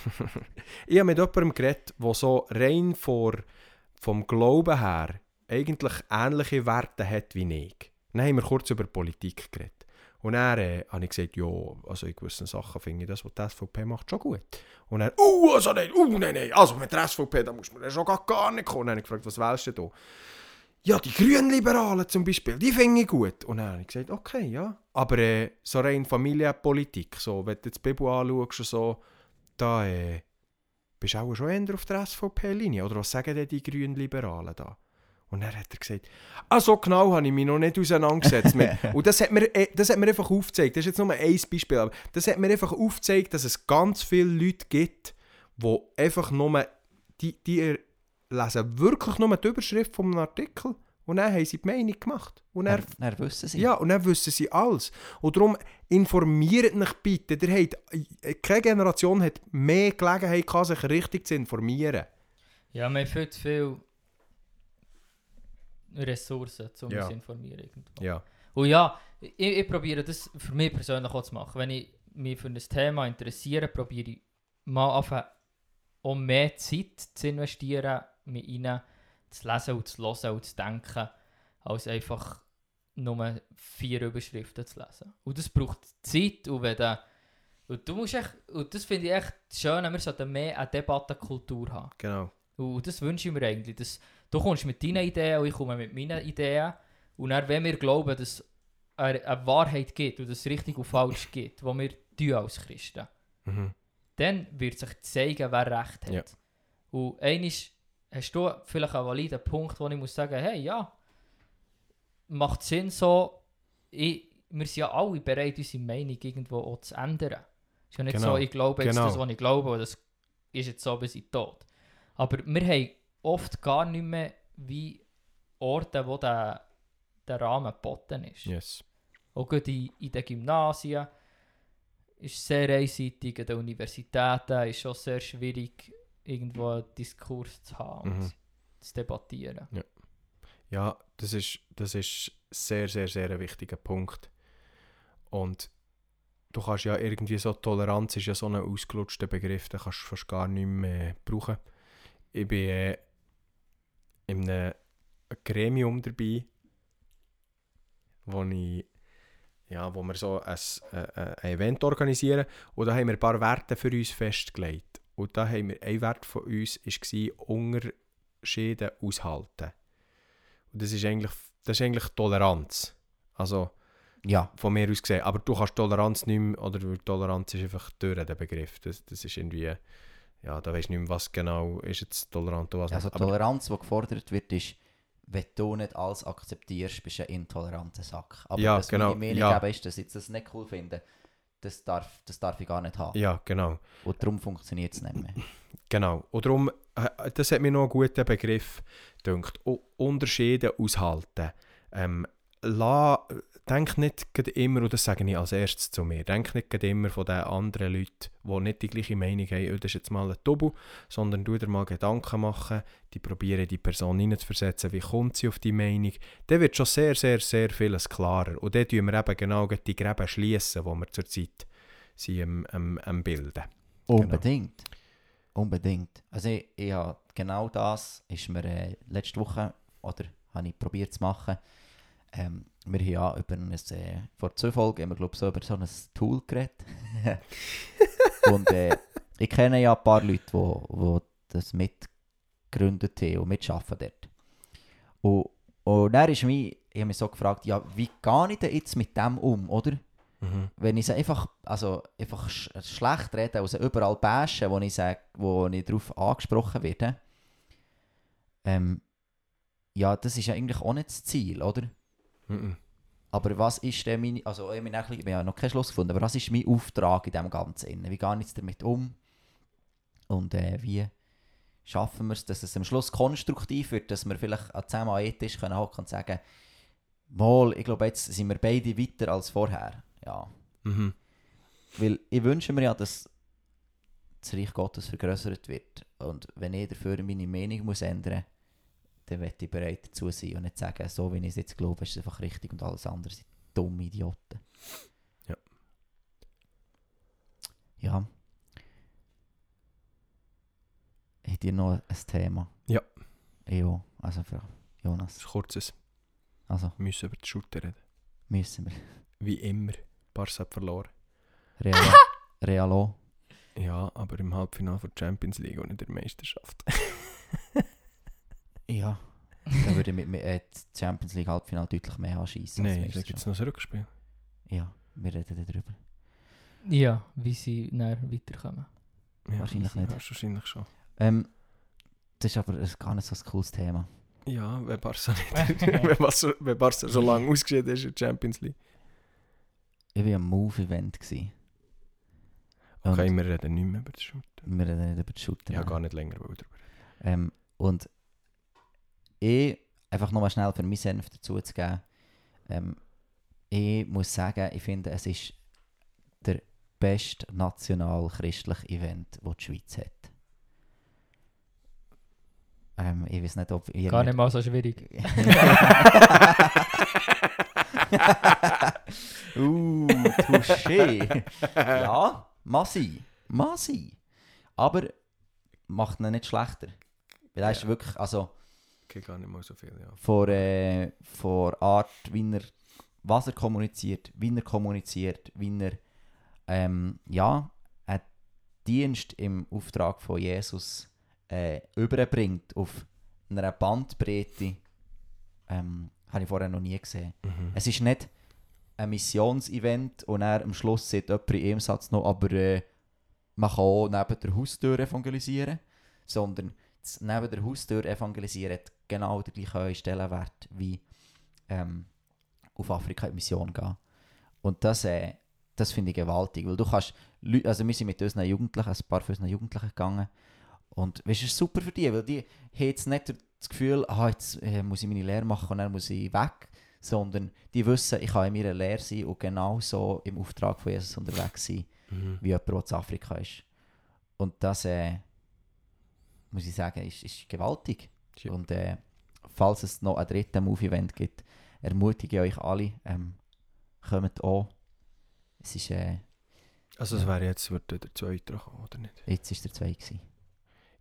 ich habe mit jemandem geredet, der so rein vor, vom Glauben her eigentlich ähnliche Werte hat wie ich. Dann haben wir kurz über Politik geredet. Und dann äh, habe ich gesagt, ja, also in gewissen Sachen finde ich das, was die S V P macht, schon gut. Und dann, uh, also nein, uh, nein, nein, also mit der S V P, da muss man ja schon gar, gar nicht kommen. Und dann habe ich gefragt, was wählst du da? Ja, die Grünliberalen zum Beispiel, die finde ich gut. Und dann habe ich gesagt, okay, ja. Aber äh, so rein Familienpolitik, so, wenn du jetzt die Bibel anschaust, und so, da äh, bist du auch schon eher auf der S V P-Linie. Oder was sagen denn die Grünliberalen da? Und dann hat er gesagt, ah, so genau habe ich mich noch nicht auseinandergesetzt mit. Und das hat, mir, das hat mir einfach aufgezeigt, das ist jetzt nur ein Beispiel, aber das hat mir einfach aufgezeigt, dass es ganz viele Leute gibt, die einfach nur, die, die lesen wirklich nur die Überschrift von einem Artikel und dann haben sie die Meinung gemacht. Und dann, Dann, dann wissen sie. ja, und dann wissen sie alles. Und darum informiert euch bitte. Ihr habt, keine Generation hat mehr Gelegenheit gehabt, sich richtig zu informieren. Ja, man hat viel zu viel Ressourcen, um Ja. uns zu informieren. Irgendwo. Ja. Und ja, ich, ich probiere das für mich persönlich auch zu machen. Wenn ich mich für ein Thema interessiere, probiere ich mal anfangen, um mehr Zeit zu investieren, mich rein zu lesen und zu hören und zu denken, als einfach nur vier Überschriften zu lesen. Und das braucht Zeit und wenn da, und du musst echt, und das finde ich echt schön, wir sollten mehr eine Debattenkultur haben. Genau. Und das wünsche ich mir eigentlich. Dass du kommst mit deinen Ideen und ich komme mit meinen Ideen. Und dann, wenn wir glauben, dass es eine, eine Wahrheit gibt und dass es richtig und falsch gibt, was wir tun als Christen, Mhm. dann wird sich zeigen, wer Recht hat. Ja. Und einmal hast du vielleicht einen validen Punkt, wo ich muss sagen, hey, ja, macht Sinn so, ich, wir sind ja alle bereit, unsere Meinung irgendwo auch zu ändern. Es ist ja nicht Genau. so, ich glaube jetzt Genau. das, was ich glaube, und das ist jetzt so bis ich tot. Aber wir haben oft gar nicht mehr wie Orte, wo der, der Rahmen geboten ist. Yes. Auch gerade in, in den Gymnasien ist es sehr einseitig, an den Universitäten ist es schon sehr schwierig, irgendwo einen Diskurs zu haben und Mhm. zu debattieren. Ja, das ist, das ist sehr, sehr, sehr ein wichtiger Punkt. Und du kannst ja irgendwie so, Toleranz ist ja so ein ausgelutschter Begriff, den kannst du fast gar nicht mehr brauchen. ich bin äh, in einem Gremium dabei, wo, ich, ja, wo wir so ein, äh, ein Event organisieren. Und da haben wir ein paar Werte für uns festgelegt. Und da haben wir, ein Wert von uns war, Unterschiede aushalten. Und das ist eigentlich, das ist eigentlich Toleranz. Also Ja. von mir aus gesehen. Aber du kannst Toleranz nicht mehr, oder Toleranz ist einfach durch, der Begriff. Das, das ist irgendwie, ja, da weisst du nicht mehr, was genau ist jetzt tolerant und was Also nicht. Toleranz, die gefordert wird, ist, wenn du nicht alles akzeptierst, bist du ein intoleranter Sack. Aber Ja, dass genau, meine Meinung ja. eben ist, dass ich das nicht cool finde, das darf, das darf ich gar nicht haben. Ja, genau. Und darum funktioniert es nicht mehr. Genau. Und darum, äh, das hat mir noch einen guten Begriff gedacht. U- Unterschiede aushalten. Ähm, la, denk nicht gerade immer, und das sage ich als erstes zu mir, denk nicht gerade immer von den anderen Leuten, die nicht die gleiche Meinung haben, oh, das ist jetzt mal ein Double, sondern du dir mal Gedanken machen, die probieren die Person hineinzuversetzen, wie kommt sie auf die Meinung, dann wird schon sehr, sehr, sehr vieles klarer. Und dann tun wir eben genau die Gräben schliessen, die wir zurzeit sind am, am, am bilden. Unbedingt. Unbedingt. Also ich, ich habe genau das ist mir äh, letzte Woche, oder habe ich probiert zu machen. Ähm, wir haben ja über ein, äh, vor zwei Folgen haben wir, glaube ich, so über so ein Tool geredet. Und äh, ich kenne ja ein paar Leute, die wo, wo das mitgegründet haben und mitarbeiten dort. Und, und dann ist mich, ich habe mich so gefragt, ja, wie gehe ich denn jetzt mit dem um, oder? Mhm. Wenn ich sie einfach, also einfach sch schlecht rede, also überall bashen, wo ich, sage, wo ich darauf angesprochen werde, ähm, ja, das ist ja eigentlich auch nicht das Ziel, oder? Mhm. Aber was ist denn meine, also ich habe mir ich habe noch keinen Schluss gefunden, aber was ist mein Auftrag in dem Ganzen? Wie gehe ich jetzt damit um? Und äh, wie schaffen wir es, dass es am Schluss konstruktiv wird, dass wir vielleicht zusammen an einen Tisch können hocken und sagen, mal, ich glaube, jetzt sind wir beide weiter als vorher. Ja. Mhm. Weil ich wünsche mir ja, dass das Reich Gottes vergrößert wird. Und wenn ich dafür meine Meinung muss ändern, dann werde ich bereit dazu sein und nicht sagen, so wie ich es jetzt glaube, ist es einfach richtig und alles andere sind dumme Idioten. Ja. Ja. Habt ihr noch ein Thema? Ja. Ja, also für Das Jonas. ist kurzes. Also Wir müssen über die Shooter reden. müssen wir. Wie immer. Barca hat verloren. Realo. Realo. Ja, aber im Halbfinale der Champions League und in der Meisterschaft. Ja. Dann würde ich mit mir äh, die Champions League Halbfinale deutlich mehr anschießen. Nein, da gibt es noch ein Rückspiel. Ja, wir reden darüber. Ja, wie sie näher weiterkommen. Ja, Wahrscheinlich nicht. Wahrscheinlich schon. Ähm, das ist aber ein, gar nicht so ein cooles Thema. Ja, wenn Barca nicht. wenn, Barca, wenn Barca so lange ausgeschieden ist in der Champions League. Ich war am Move-Event. gewesen. Okay, Und wir reden nicht mehr über das Shooter. wir reden nicht über die Shooter. Ich habe gar nicht länger darüber. Ähm, und ich, einfach nochmal schnell für meinen Senf dazu zu geben, ähm, ich muss sagen, ich finde, es ist der beste national-christliche Event, das die Schweiz hat. Ähm, ich weiß nicht, ob ihr... Gar nicht mal so schwierig. uh, touché. Ja, Masi. Masi. Aber macht ihn nicht schlechter. Weil er ist Ja. wirklich, also Okay, gar nicht mal so viel, ja. von, äh, von Art, wie er, was er kommuniziert, wie er kommuniziert, wie er, ähm, ja, einen Dienst im Auftrag von Jesus äh, überbringt auf einer Bandbreite, ähm, habe ich vorher noch nie gesehen. Mhm. Es ist nicht ein Missionsevent und er am Schluss sagt jemand in einem Satz noch, aber äh, man kann auch neben der Haustür evangelisieren, sondern das neben der Haustür evangelisieren hat genau den gleichen Stellenwert wie ähm, auf Afrika in Mission gehen. Und das, äh, das finde ich gewaltig, weil du kannst, Leu- also wir sind mit unseren Jugendlichen, ein paar von unseren Jugendlichen gegangen und weißt, es ist super für die, weil die haben jetzt nicht das Gefühl, ah, jetzt äh, muss ich meine Lehre machen und dann muss ich weg, sondern die wissen, ich kann in meiner Lehre sein und genauso im Auftrag von Jesus unterwegs sein, Mhm. wie jemand, der in Afrika ist. Und das, äh, muss ich sagen, ist, ist gewaltig. Ja. Und äh, falls es noch ein drittes Move-Event gibt, ermutige ich euch alle, ähm, kommt an. Es ist, äh, Also es wäre jetzt, würde der zweite kommen, oder nicht? jetzt ist der zwei gewesen.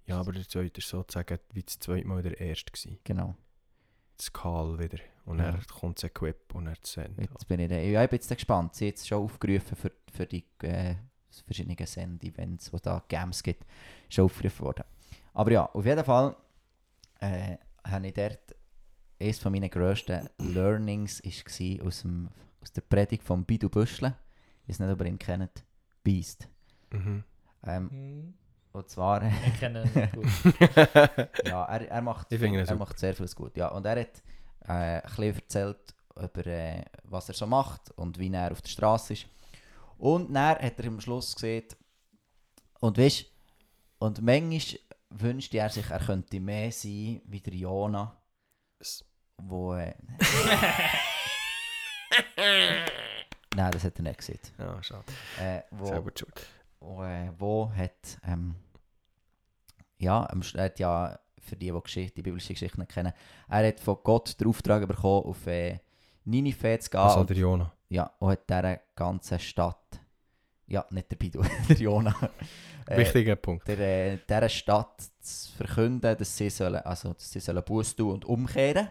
Ja, aber der zweite war sozusagen wie das zweite Mal der erste gewesen. Genau. Das Karl wieder. Und Ja. dann kommt das Equip und dann das Send. Jetzt bin ich, dann- ja, ich bin jetzt gespannt. Sie hat jetzt schon aufgerufen für, für die äh, verschiedenen Send-Events, die da Games gibt. Schon aufgerufen worden. Aber ja, auf jeden Fall äh, habe ich dort eines von meinen grössten Learnings war aus, dem, aus der Predigt von Bidu Büschle. Ich weiß nicht, ob ihr ihn kennt. Beast. Mhm. Ähm, Hm. und zwar... Ich kenne ihn nicht gut. ja, er, er, macht, Ich finde ihn er super. macht sehr vieles gut. Ja, und er hat äh, ein bisschen erzählt über äh, was er so macht und wie er auf der Straße ist. Und dann hat er am Schluss gesagt, und weißt, und manchmal wünschte er sich, er könnte mehr sein wie der Jona, S- wo... Äh, Nein, das hat er nicht gesagt. Ja, schade. Äh, wo, Selber die Schuld. wo, äh, wo hat, ähm, ja, am Sch- er hat ja, für die, die Geschichte, die biblische Geschichte nicht kennen, er hat von Gott den Auftrag bekommen, auf äh, Ninive zu gehen. Also und, der Jona. ja, und hat dieser ganzen Stadt, ja, nicht der Bidu, der Jona, äh, Wichtiger Punkt. der, äh, dieser Stadt zu verkünden, dass sie sollen, also, dass sie sollen Buße tun und umkehren,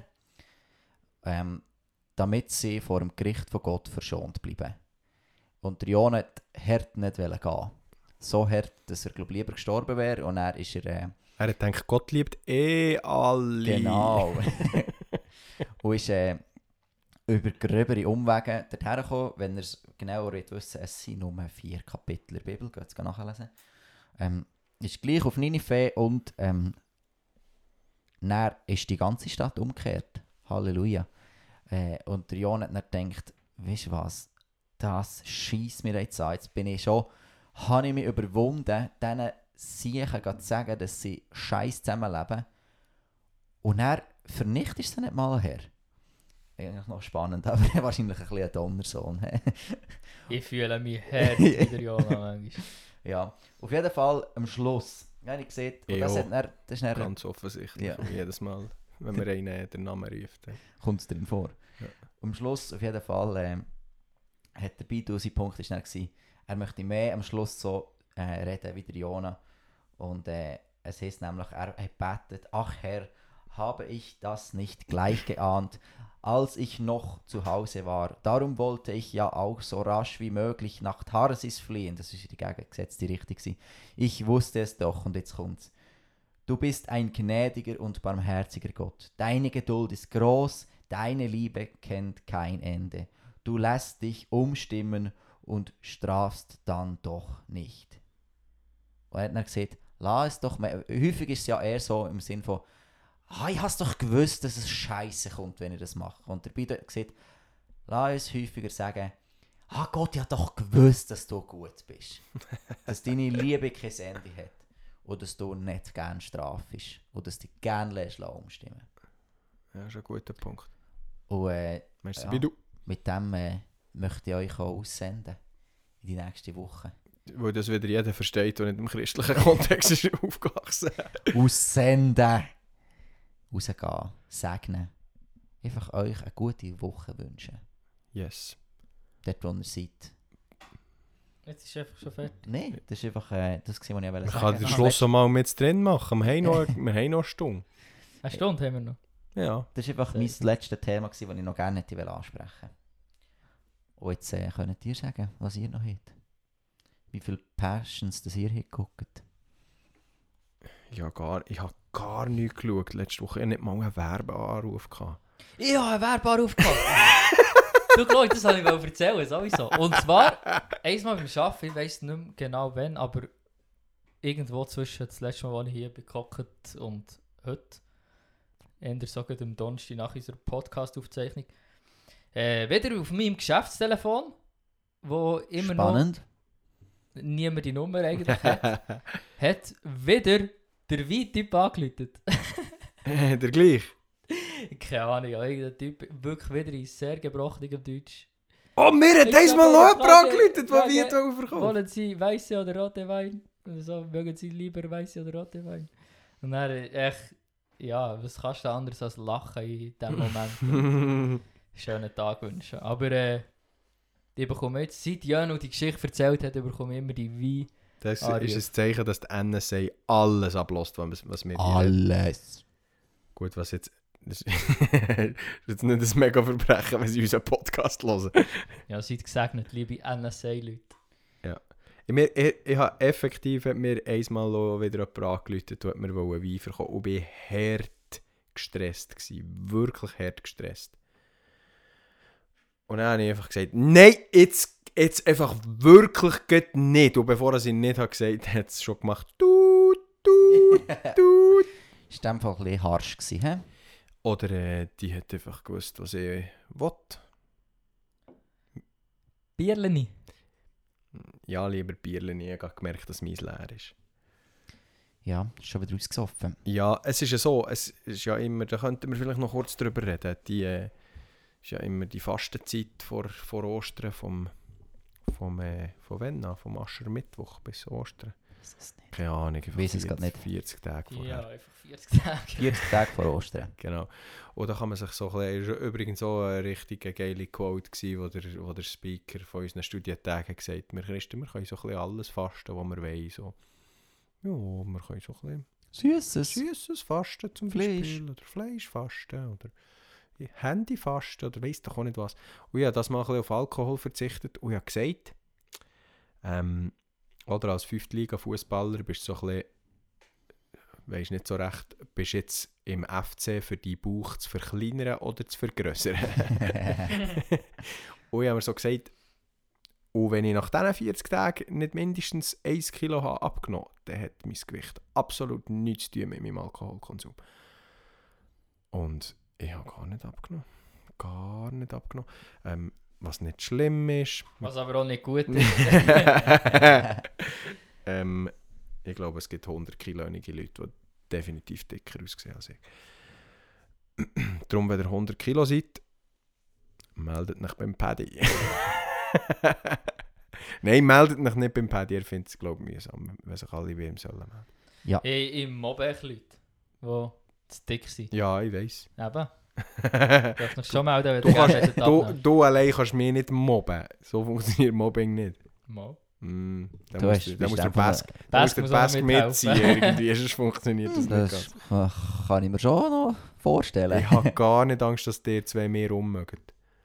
ähm, damit sie vor dem Gericht von Gott verschont bleiben. Und der Jona hat hart nicht gehen. So hart, dass er glaub, lieber gestorben wäre. Und er ist er... Äh, Er hat gedacht, Gott liebt eh alle. genau. und ist äh, über gröbere Umwege dorthin gekommen. Wenn ihr es genauer wissen wollt, es sind nur vier Kapitel der Bibel. Geht es nachlesen. Ähm, ist gleich auf Ninive und ähm, dann ist die ganze Stadt umgekehrt. Halleluja. Äh, und der Jona hat dann gedacht, weißt du was, das scheisst mir jetzt an. Jetzt bin ich schon, habe ich mich überwunden, diesen Siechen zu sagen, dass sie scheiß zusammenleben. Und er vernichtet es nicht mal her. Eigentlich noch spannend, aber wahrscheinlich ein bisschen ein Donnersohn. Ich fühle mich hart wie der Jona manchmal. Ja, auf jeden Fall am Schluss. Ja, ich sehe, und das, Ja. hat dann, das ist dann, Ganz offensichtlich. Ja. Jedes Mal, wenn man einen den Namen ruft. dann- kommt es drin vor. Ja. Am Schluss, auf jeden Fall, ähm, hat der Bidu, sein Punkt war dann, gewesen, er möchte mehr am Schluss so äh, reden wie der Jona. Und äh, es heisst nämlich, er hat betet, ach Herr, habe ich das nicht gleich geahnt, als ich noch zu Hause war. Darum wollte ich ja auch so rasch wie möglich nach Tarsis fliehen. Das ist die gegengesetzte Richtung gewesen. Ich wusste es doch, und jetzt kommt's. Du bist ein gnädiger und barmherziger Gott. Deine Geduld ist groß, deine Liebe kennt kein Ende. Du lässt dich umstimmen und strafst dann doch nicht. Und er hat dann gesagt, lass es doch mehr. Häufig ist es ja eher so im Sinn von, ah, ich hab's doch gewusst, dass es scheiße kommt, wenn ich das mache. Und der Bidu hat gesagt, lass uns häufiger sagen, ah Gott, ich hab doch gewusst, dass du gut bist. Dass deine Liebe kein Ende hat. Und dass du nicht gerne strafst. Und dass du dich gerne lässt umstimmen. Ja, das ist ein guter Punkt. Und äh, Merci, Ja. wie du. mit dem äh, möchte ich euch auch aussenden. In die nächste Woche. Weil das wieder jeder versteht, der nicht im christlichen Kontext ist aufgewachsen. Aussenden! Rausgehen, segnen. Einfach euch eine gute Woche wünschen. Yes. Dort, wo ihr seid. Jetzt ist es einfach schon fertig. Nein, das ist einfach äh, das, was ich Man wollte kann sagen. den Ah, Schluss auch mal mit drin machen. Wir haben noch, wir haben noch eine Stunde. Eine Stunde haben wir noch. Ja. Das war einfach mein letztes Thema, das ich noch gerne hätte ansprechen wollte. Und jetzt äh, könnt ihr sagen, was ihr noch habt. Wie viele Passions das ihr habt geguckt. Ja, gar, ich habe gar nichts geschaut. Letzte Woche hatte ich nicht mal einen Werbeanruf gehabt. Ich habe einen Werbeanruf gehabt. Du glaubst, das wollte ich mal erzählen, sowieso. Und zwar, einmal beim Arbeiten, ich weiss nicht mehr genau wann, aber irgendwo zwischen das letzte Mal, als ich hier bin gehockt und heute, eher sogar am Donnerstag nach unserer Podcast-Aufzeichnung, äh, wieder auf meinem Geschäftstelefon, wo immer Spannend. noch niemand die Nummer eigentlich hat, hat wieder der Wein-Typ angerufen. Der gleich. Keine Ahnung, ja, irgendein Typ, wirklich wieder in sehr gebrochenem Deutsch. Oh, mir hat Ich einmal sag noch aber, jemand Frage- angerufen, der Frage- Wein verkauft. Wollen Sie weiße oder rote Wein? Oder so, mögen Sie lieber weiße oder rote Wein? Und dann, äh, echt, ja, was kannst du anderes als lachen in diesem Moment? Schönen Tag wünschen. Aber äh, ich bekomme jetzt, seit Janu die Geschichte erzählt hat, bekomme ich immer die Wein Das Ah, ist ja. ein Zeichen, dass die N S A alles ablässt, was, was wir hier reden. Alles. Gut, was jetzt... Das ist jetzt nicht ein mega Verbrechen, wenn sie unseren Podcast hören. Ja, seid gesegnet, liebe N S A-Leute. Ich, mir, ich, ich habe effektiv hat mir einmal auch wieder jemand angerufen und hat mir Wein verkaufen und ich war hart gestresst. Gewesen. Wirklich hart gestresst. Und dann habe ich einfach gesagt, nein, jetzt, jetzt einfach wirklich geht nicht. Und bevor er es nicht hat gesagt, hat es schon gemacht. Tut, tut, tut. Ist in dem Fall ein bisschen harsch gewesen, hä? Oder äh, die hat einfach gewusst, was ich will. Bierleni. Ja, lieber Bierchen, ich habe gemerkt, dass meins leer ist. Ja, ist schon wieder ausgesoffen. Ja, es ist ja so, es ist ja immer, da könnten wir vielleicht noch kurz drüber reden, die äh, ist ja immer die Fastenzeit vor, vor Ostern, vom, vom, äh, von wann an? Vom Aschermittwoch bis Ostern. Ist es nicht. Keine Ahnung, einfach Weiss es vierzig, grad nicht. vierzig Tage vorher. Ja, einfach vierzig Tage. vierzig Tage vor Ostern. Genau. Und da kann man sich so ein bisschen, ist übrigens auch eine richtig geile Quote gewesen, wo der, wo der Speaker von unseren Studientagen gesagt hat, wir Christen, wir können so ein bisschen alles fasten, was wir wollen. So. Ja, wir können so ein bisschen Süßes. süßes Fasten zum Fleisch. Beispiel, oder Fleischfasten, oder Handyfasten, oder weiss doch auch nicht was. Und ich habe das mal ein bisschen auf Alkohol verzichtet und ich habe gesagt, ähm, oder als Fünftliga-Fußballer bist du so ein bisschen, weisst nicht so recht, bist jetzt im F C für deinen Bauch zu verkleinern oder zu vergrössern. Und ich habe mir so gesagt, und wenn ich nach diesen vierzig Tagen nicht mindestens ein Kilo habe abgenommen, dann hat mein Gewicht absolut nichts zu tun mit meinem Alkoholkonsum. Und ich habe gar nicht abgenommen. Gar nicht abgenommen. Ähm, was nicht schlimm ist. Was aber auch nicht gut ist. ähm, ich glaube, es gibt hundert Kilo-ige Leute, die definitiv dicker aussehen als ich. Darum, wenn ihr hundert Kilo seid, meldet euch beim Paddy. Nein, meldet euch nicht beim Paddy, ihr findet es, glaube ich, mühsam, wenn sich alle wie ihm sollen melden. Ich, ich mobbe echt Leute, die zu dick sind. Ja, ich weiss. Eben. Du darfst dich schon melden, wenn Du, du gerne kannst, möchtest du, abnehmen. du allein kannst mich nicht mobben. So funktioniert Mobbing nicht. Mal. Mm, da Du musst hast- du, da bist musst du einfach Bask, eine- da musst du Bask den muss auch Bask mithelfen. mitziehen. Irgendwie, sonst funktioniert das nicht Das ganz. kann- kann ich mir schon noch vorstellen. Ich habe gar nicht Angst, dass dir zwei mehr rummögen.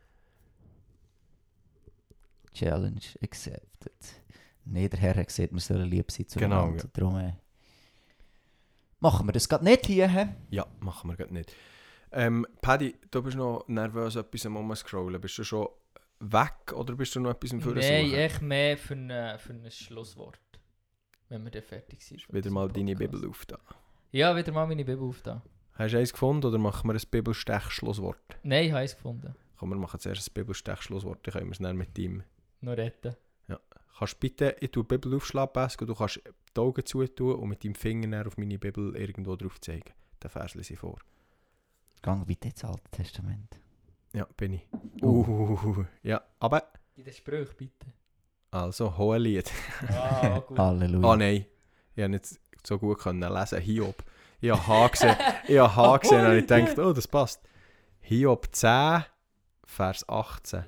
Challenge accepted. Nee, der Herr hat gesagt, wir sollen lieb sein Genau, zueinander. ja. Darum äh, machen wir das gerade nicht hier. He? Ja, machen wir gerade nicht. Ähm, Paddy, du bist noch nervös etwas am Umscrollen. Bist du schon weg oder bist du noch etwas am Vorsuchen? Nein, echt mehr für ein, für ein Schlusswort. Wenn wir dann fertig sind. mit Wieder unserem mal deine Podcast. Bibel auf da. Ja, wieder mal meine Bibel auf da. Hast du eins gefunden oder machen wir ein Bibelstech-Schlusswort? Nein, ich habe es gefunden. Komm, wir machen zuerst ein Bibelstech-Schlusswort, dann können wir es dann mit ihm. Noch retten. Kannst bitte, ich tue die Bibel aufschlagen, Pascal, du kannst die Augen zutun und mit deinem Finger dann auf meine Bibel irgendwo drauf zeigen. Den Vers lese ich vor. Gang weiter ins Alte Testament. Ja, bin ich. Uh. Uh, ja, aber, In den Sprüchen, bitte. also, Hohelied. Ah, gut. Halleluja. Ah nein, ich habe nicht so gut können lesen. Hiob. Ich habe H gesehen, ich habe H gesehen und ich dachte, oh, das passt. Hiob zehn, Vers achtzehn.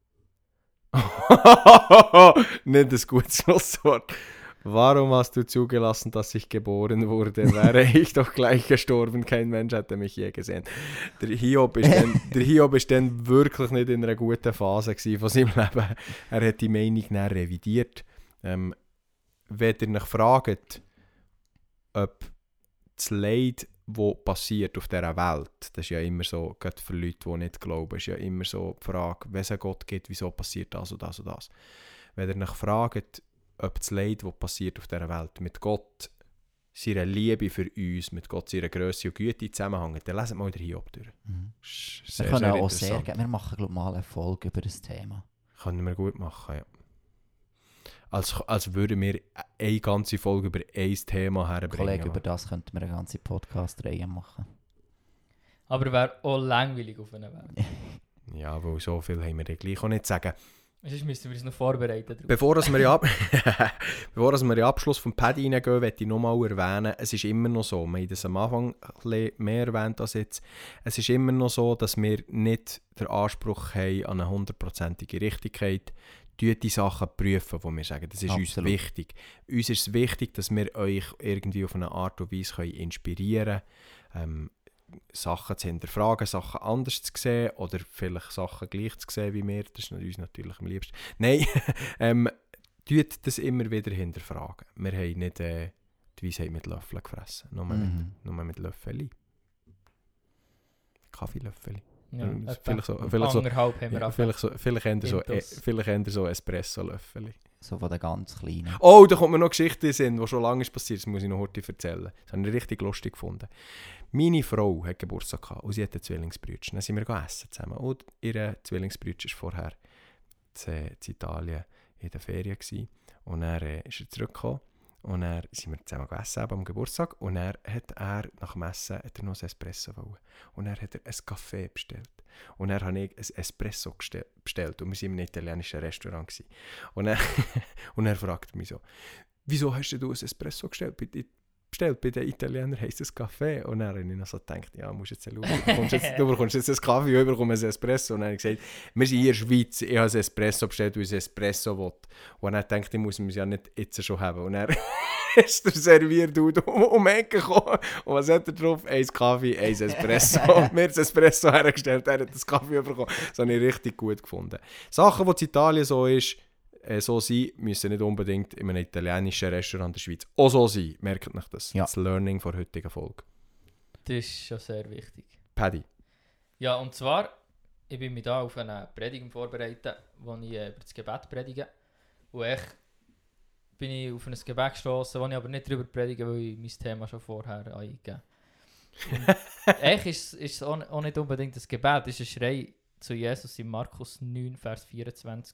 Nicht ein gutes Schlusswort. Warum hast du zugelassen, dass ich geboren wurde? Wäre ich doch gleich gestorben, kein Mensch hätte mich je gesehen. Der Hiob ist dann, der Hiob ist dann wirklich nicht in einer guten Phase gewesen von seinem Leben. Er hat die Meinung dann revidiert. Ähm, wenn ihr euch fragt, ob das Leid, das passiert auf dieser Welt, das ist ja immer so, gerade für Leute, die nicht glauben, ist ja immer so die Frage, wenn es einen Gott gibt, wieso passiert das und das und das. Wenn ihr euch fragt, ob das Leid, das passiert auf dieser Welt, mit Gott, seiner Liebe für uns, mit Gott, seiner Grösse und Güte zusammenhängt, dann lesen wir mal den Hiob durch. Mhm. Ist Wir Sehr, können sehr auch sehr interessant. gerne, wir machen glaub, mal eine Folge über das Thema. Können wir gut machen, ja. Als, als würden wir eine ganze Folge über ein Thema herbringen. Kollege, über das könnten wir eine ganze Podcast-Reihe machen. Aber wäre auch langweilig auf einer Welt. Ja, weil so viel haben wir dann gleich auch nicht zu sagen. Sonst müssen wir uns noch vorbereiten. Drauf. Bevor dass wir, ja, bevor dass wir in den Abschluss vom Paddy reingehen, möchte ich nochmal erwähnen, es ist immer noch so, wir haben das am Anfang ein bisschen mehr erwähnt als jetzt, es ist immer noch so, dass wir nicht den Anspruch haben an eine hundertprozentige Richtigkeit. Prüft die Sachen prüfen, die wir sagen. Das ist Absolut. uns wichtig. Uns ist es wichtig, dass wir euch irgendwie auf eine Art und Weise können inspirieren können, ähm, Sachen zu hinterfragen, Sachen anders zu sehen oder vielleicht Sachen gleich zu sehen wie wir. Das ist uns natürlich am liebsten. Nein, ähm, tut das immer wieder hinterfragen. Wir haben nicht äh, die Weisheit mit Löffeln gefressen. Nur, Mhm. mit, nur mit Löffeln. Kaffeelöffel. Ja, Ähm, etwa vielleicht so- vielleicht so- anderthalb haben wir Ja, ab. vielleicht, so, vielleicht eher so, äh, Intus. vielleicht eher so Espresso-Löffel. So von den ganz Kleinen. Oh, da kommt mir noch eine Geschichte in den Sinn, die schon lange ist passiert. Das muss ich noch heute erzählen. Das habe ich richtig lustig gefunden. Meine Frau hat Geburtstag gehabt und sie hat einen Zwillingsbrüder. Dann sind wir essen zusammen. Und ihr Zwillingsbrüder war vorher in, in Italien in der Ferien gewesen. Und dann äh, ist er zurückgekommen. Und dann sind wir zusammen gegessen am Geburtstag. Und dann hat er nach dem Essen hat er noch ein Espresso wollen. Und dann hat er ein Kaffee bestellt. Und dann habe ich ein Espresso gestell- bestellt. Und wir waren in einem italienischen Restaurant gewesen. Und er, und er fragt mich so, wieso hast du ein Espresso gestellt? Bei, bestellt? Bei den Italienern heisst es Kaffee. Und dann habe ich noch so gedacht, ja, musst jetzt schauen. Du bekommst jetzt, du bekommst jetzt einen Kaffee, ich bekomme ein Espresso. Und dann habe ich gesagt, wir sind hier in der Schweiz, ich habe ein Espresso bestellt, weil ich ein Espresso will. Und dann dachte ich, ich muss es ja nicht jetzt schon haben. Und dann ist der Servierdude um, um die Ecke gekommen. Und was hat er drauf? Ein Kaffee, ein Espresso. Mir hat das Espresso hergestellt, er hat das Kaffee bekommen. Das habe ich richtig gut gefunden. Sachen, die in Italien so ist, äh, so sein, müssen nicht unbedingt in einem italienischen Restaurant in der Schweiz auch so sein. Merkt euch das. Ja. Das Learning der heutigen Folge. Das ist schon sehr wichtig. Paddy. Ja, und zwar, ich bin mich da auf eine Predigt vorbereitet, wo ich äh, über das Gebet predige. Und ich bin ich auf ein Gebet gestoßen, wo ich aber nicht darüber predige, weil ich mein Thema schon vorher eingegeben habe. Echt ist, ist es auch, auch nicht unbedingt das Gebet, es ist ein Schrei zu Jesus in Markus neun, Vers vierundzwanzig.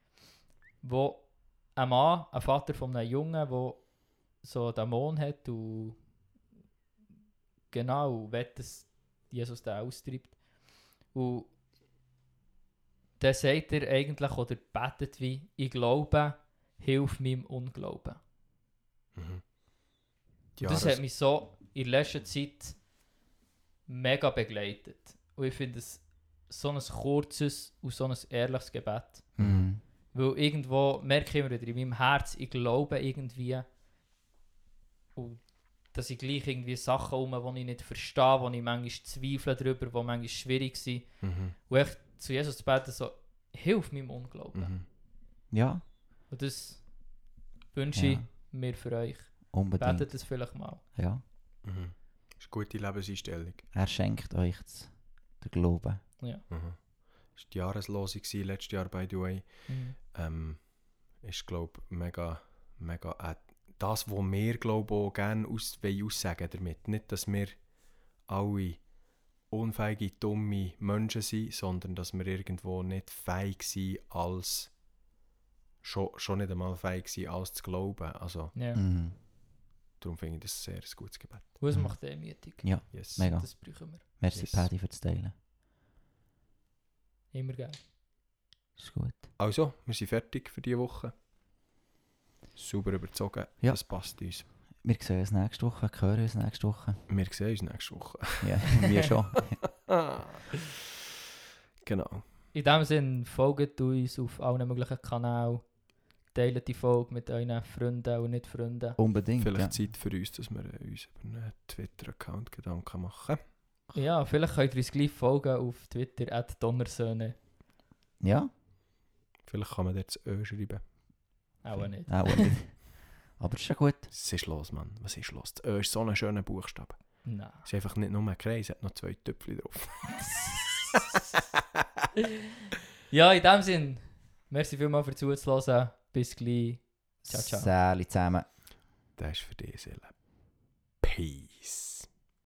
Wo ein Mann, ein Vater von einem Jungen, der so einen Dämon hat und genau will, dass Jesus den austreibt. Und dann sagt er eigentlich, oder betet wie, ich glaube, hilf meinem Unglauben. Mhm. Und das hat mich so in letzter Zeit mega begleitet. Und ich finde es so ein kurzes und so ein ehrliches Gebet. Mhm. Weil irgendwo merke ich immer wieder in meinem Herz, ich glaube irgendwie, und dass ich gleich irgendwie Sachen um, die ich nicht verstehe, wo ich manchmal zweifle darüber, die manchmal schwierig sind. Mhm. Und ich zu Jesus zu beten, so, hilf meinem Unglauben. Mhm. Ja, Und das wünsche Ja. ich mir für euch. unbedingt. Betet das vielleicht mal. Ja. Mhm. Das ist eine gute Lebenseinstellung. Er schenkt euch das, den Glauben. Ja. Mhm. Das war die Jahreslosung gewesen, letztes Jahr, by the way. Mhm. Ähm, ist, glaube ich, mega, mega äh, das, was wir, glaube ich, auch gerne aus, wollen aussagen damit. Nicht, dass wir alle unfähige, dumme Menschen sind, sondern dass wir irgendwo nicht fähig sind, als schon, schon nicht einmal fähig sind, alles zu glauben. Also, Ja. Mhm. darum finde ich das sehr ein gutes Gebet. Und es Mhm. macht demütig. Ja, Yes. mega. Das brauchen wir. Merci Yes. Paddy für das Teilen. Immer geil. Ist gut. Also, wir sind fertig für diese Woche. Super überzogen. Ja. Das passt uns. Wir sehen uns nächste Woche, hören uns nächste Woche. Wir sehen uns nächste Woche. Ja, wir schon. Genau. In diesem Sinne, folgt uns auf allen möglichen Kanälen. Teilt die Folge mit euren Freunden und nicht Freunden. Unbedingt. Vielleicht Ja. Zeit für uns, dass wir uns über einen Twitter-Account Gedanken machen. Ja, vielleicht könnt ihr uns gleich folgen auf Twitter at donnersöhne. ja, Vielleicht kann man dort das Ö schreiben. Auch nicht. auch nicht. Aber ist schon gut. Was ist los, Mann? Was ist los? Das Ö ist so ein schöner Buchstabe. Nein. Es ist einfach nicht nur ein Kreis, es hat noch zwei Töpfchen drauf. Ja, in dem Sinne, merci vielmals für zuzuhören. Bis gleich. Ciao, ciao. Sali zusammen. Das ist für dich, Seele. Peace.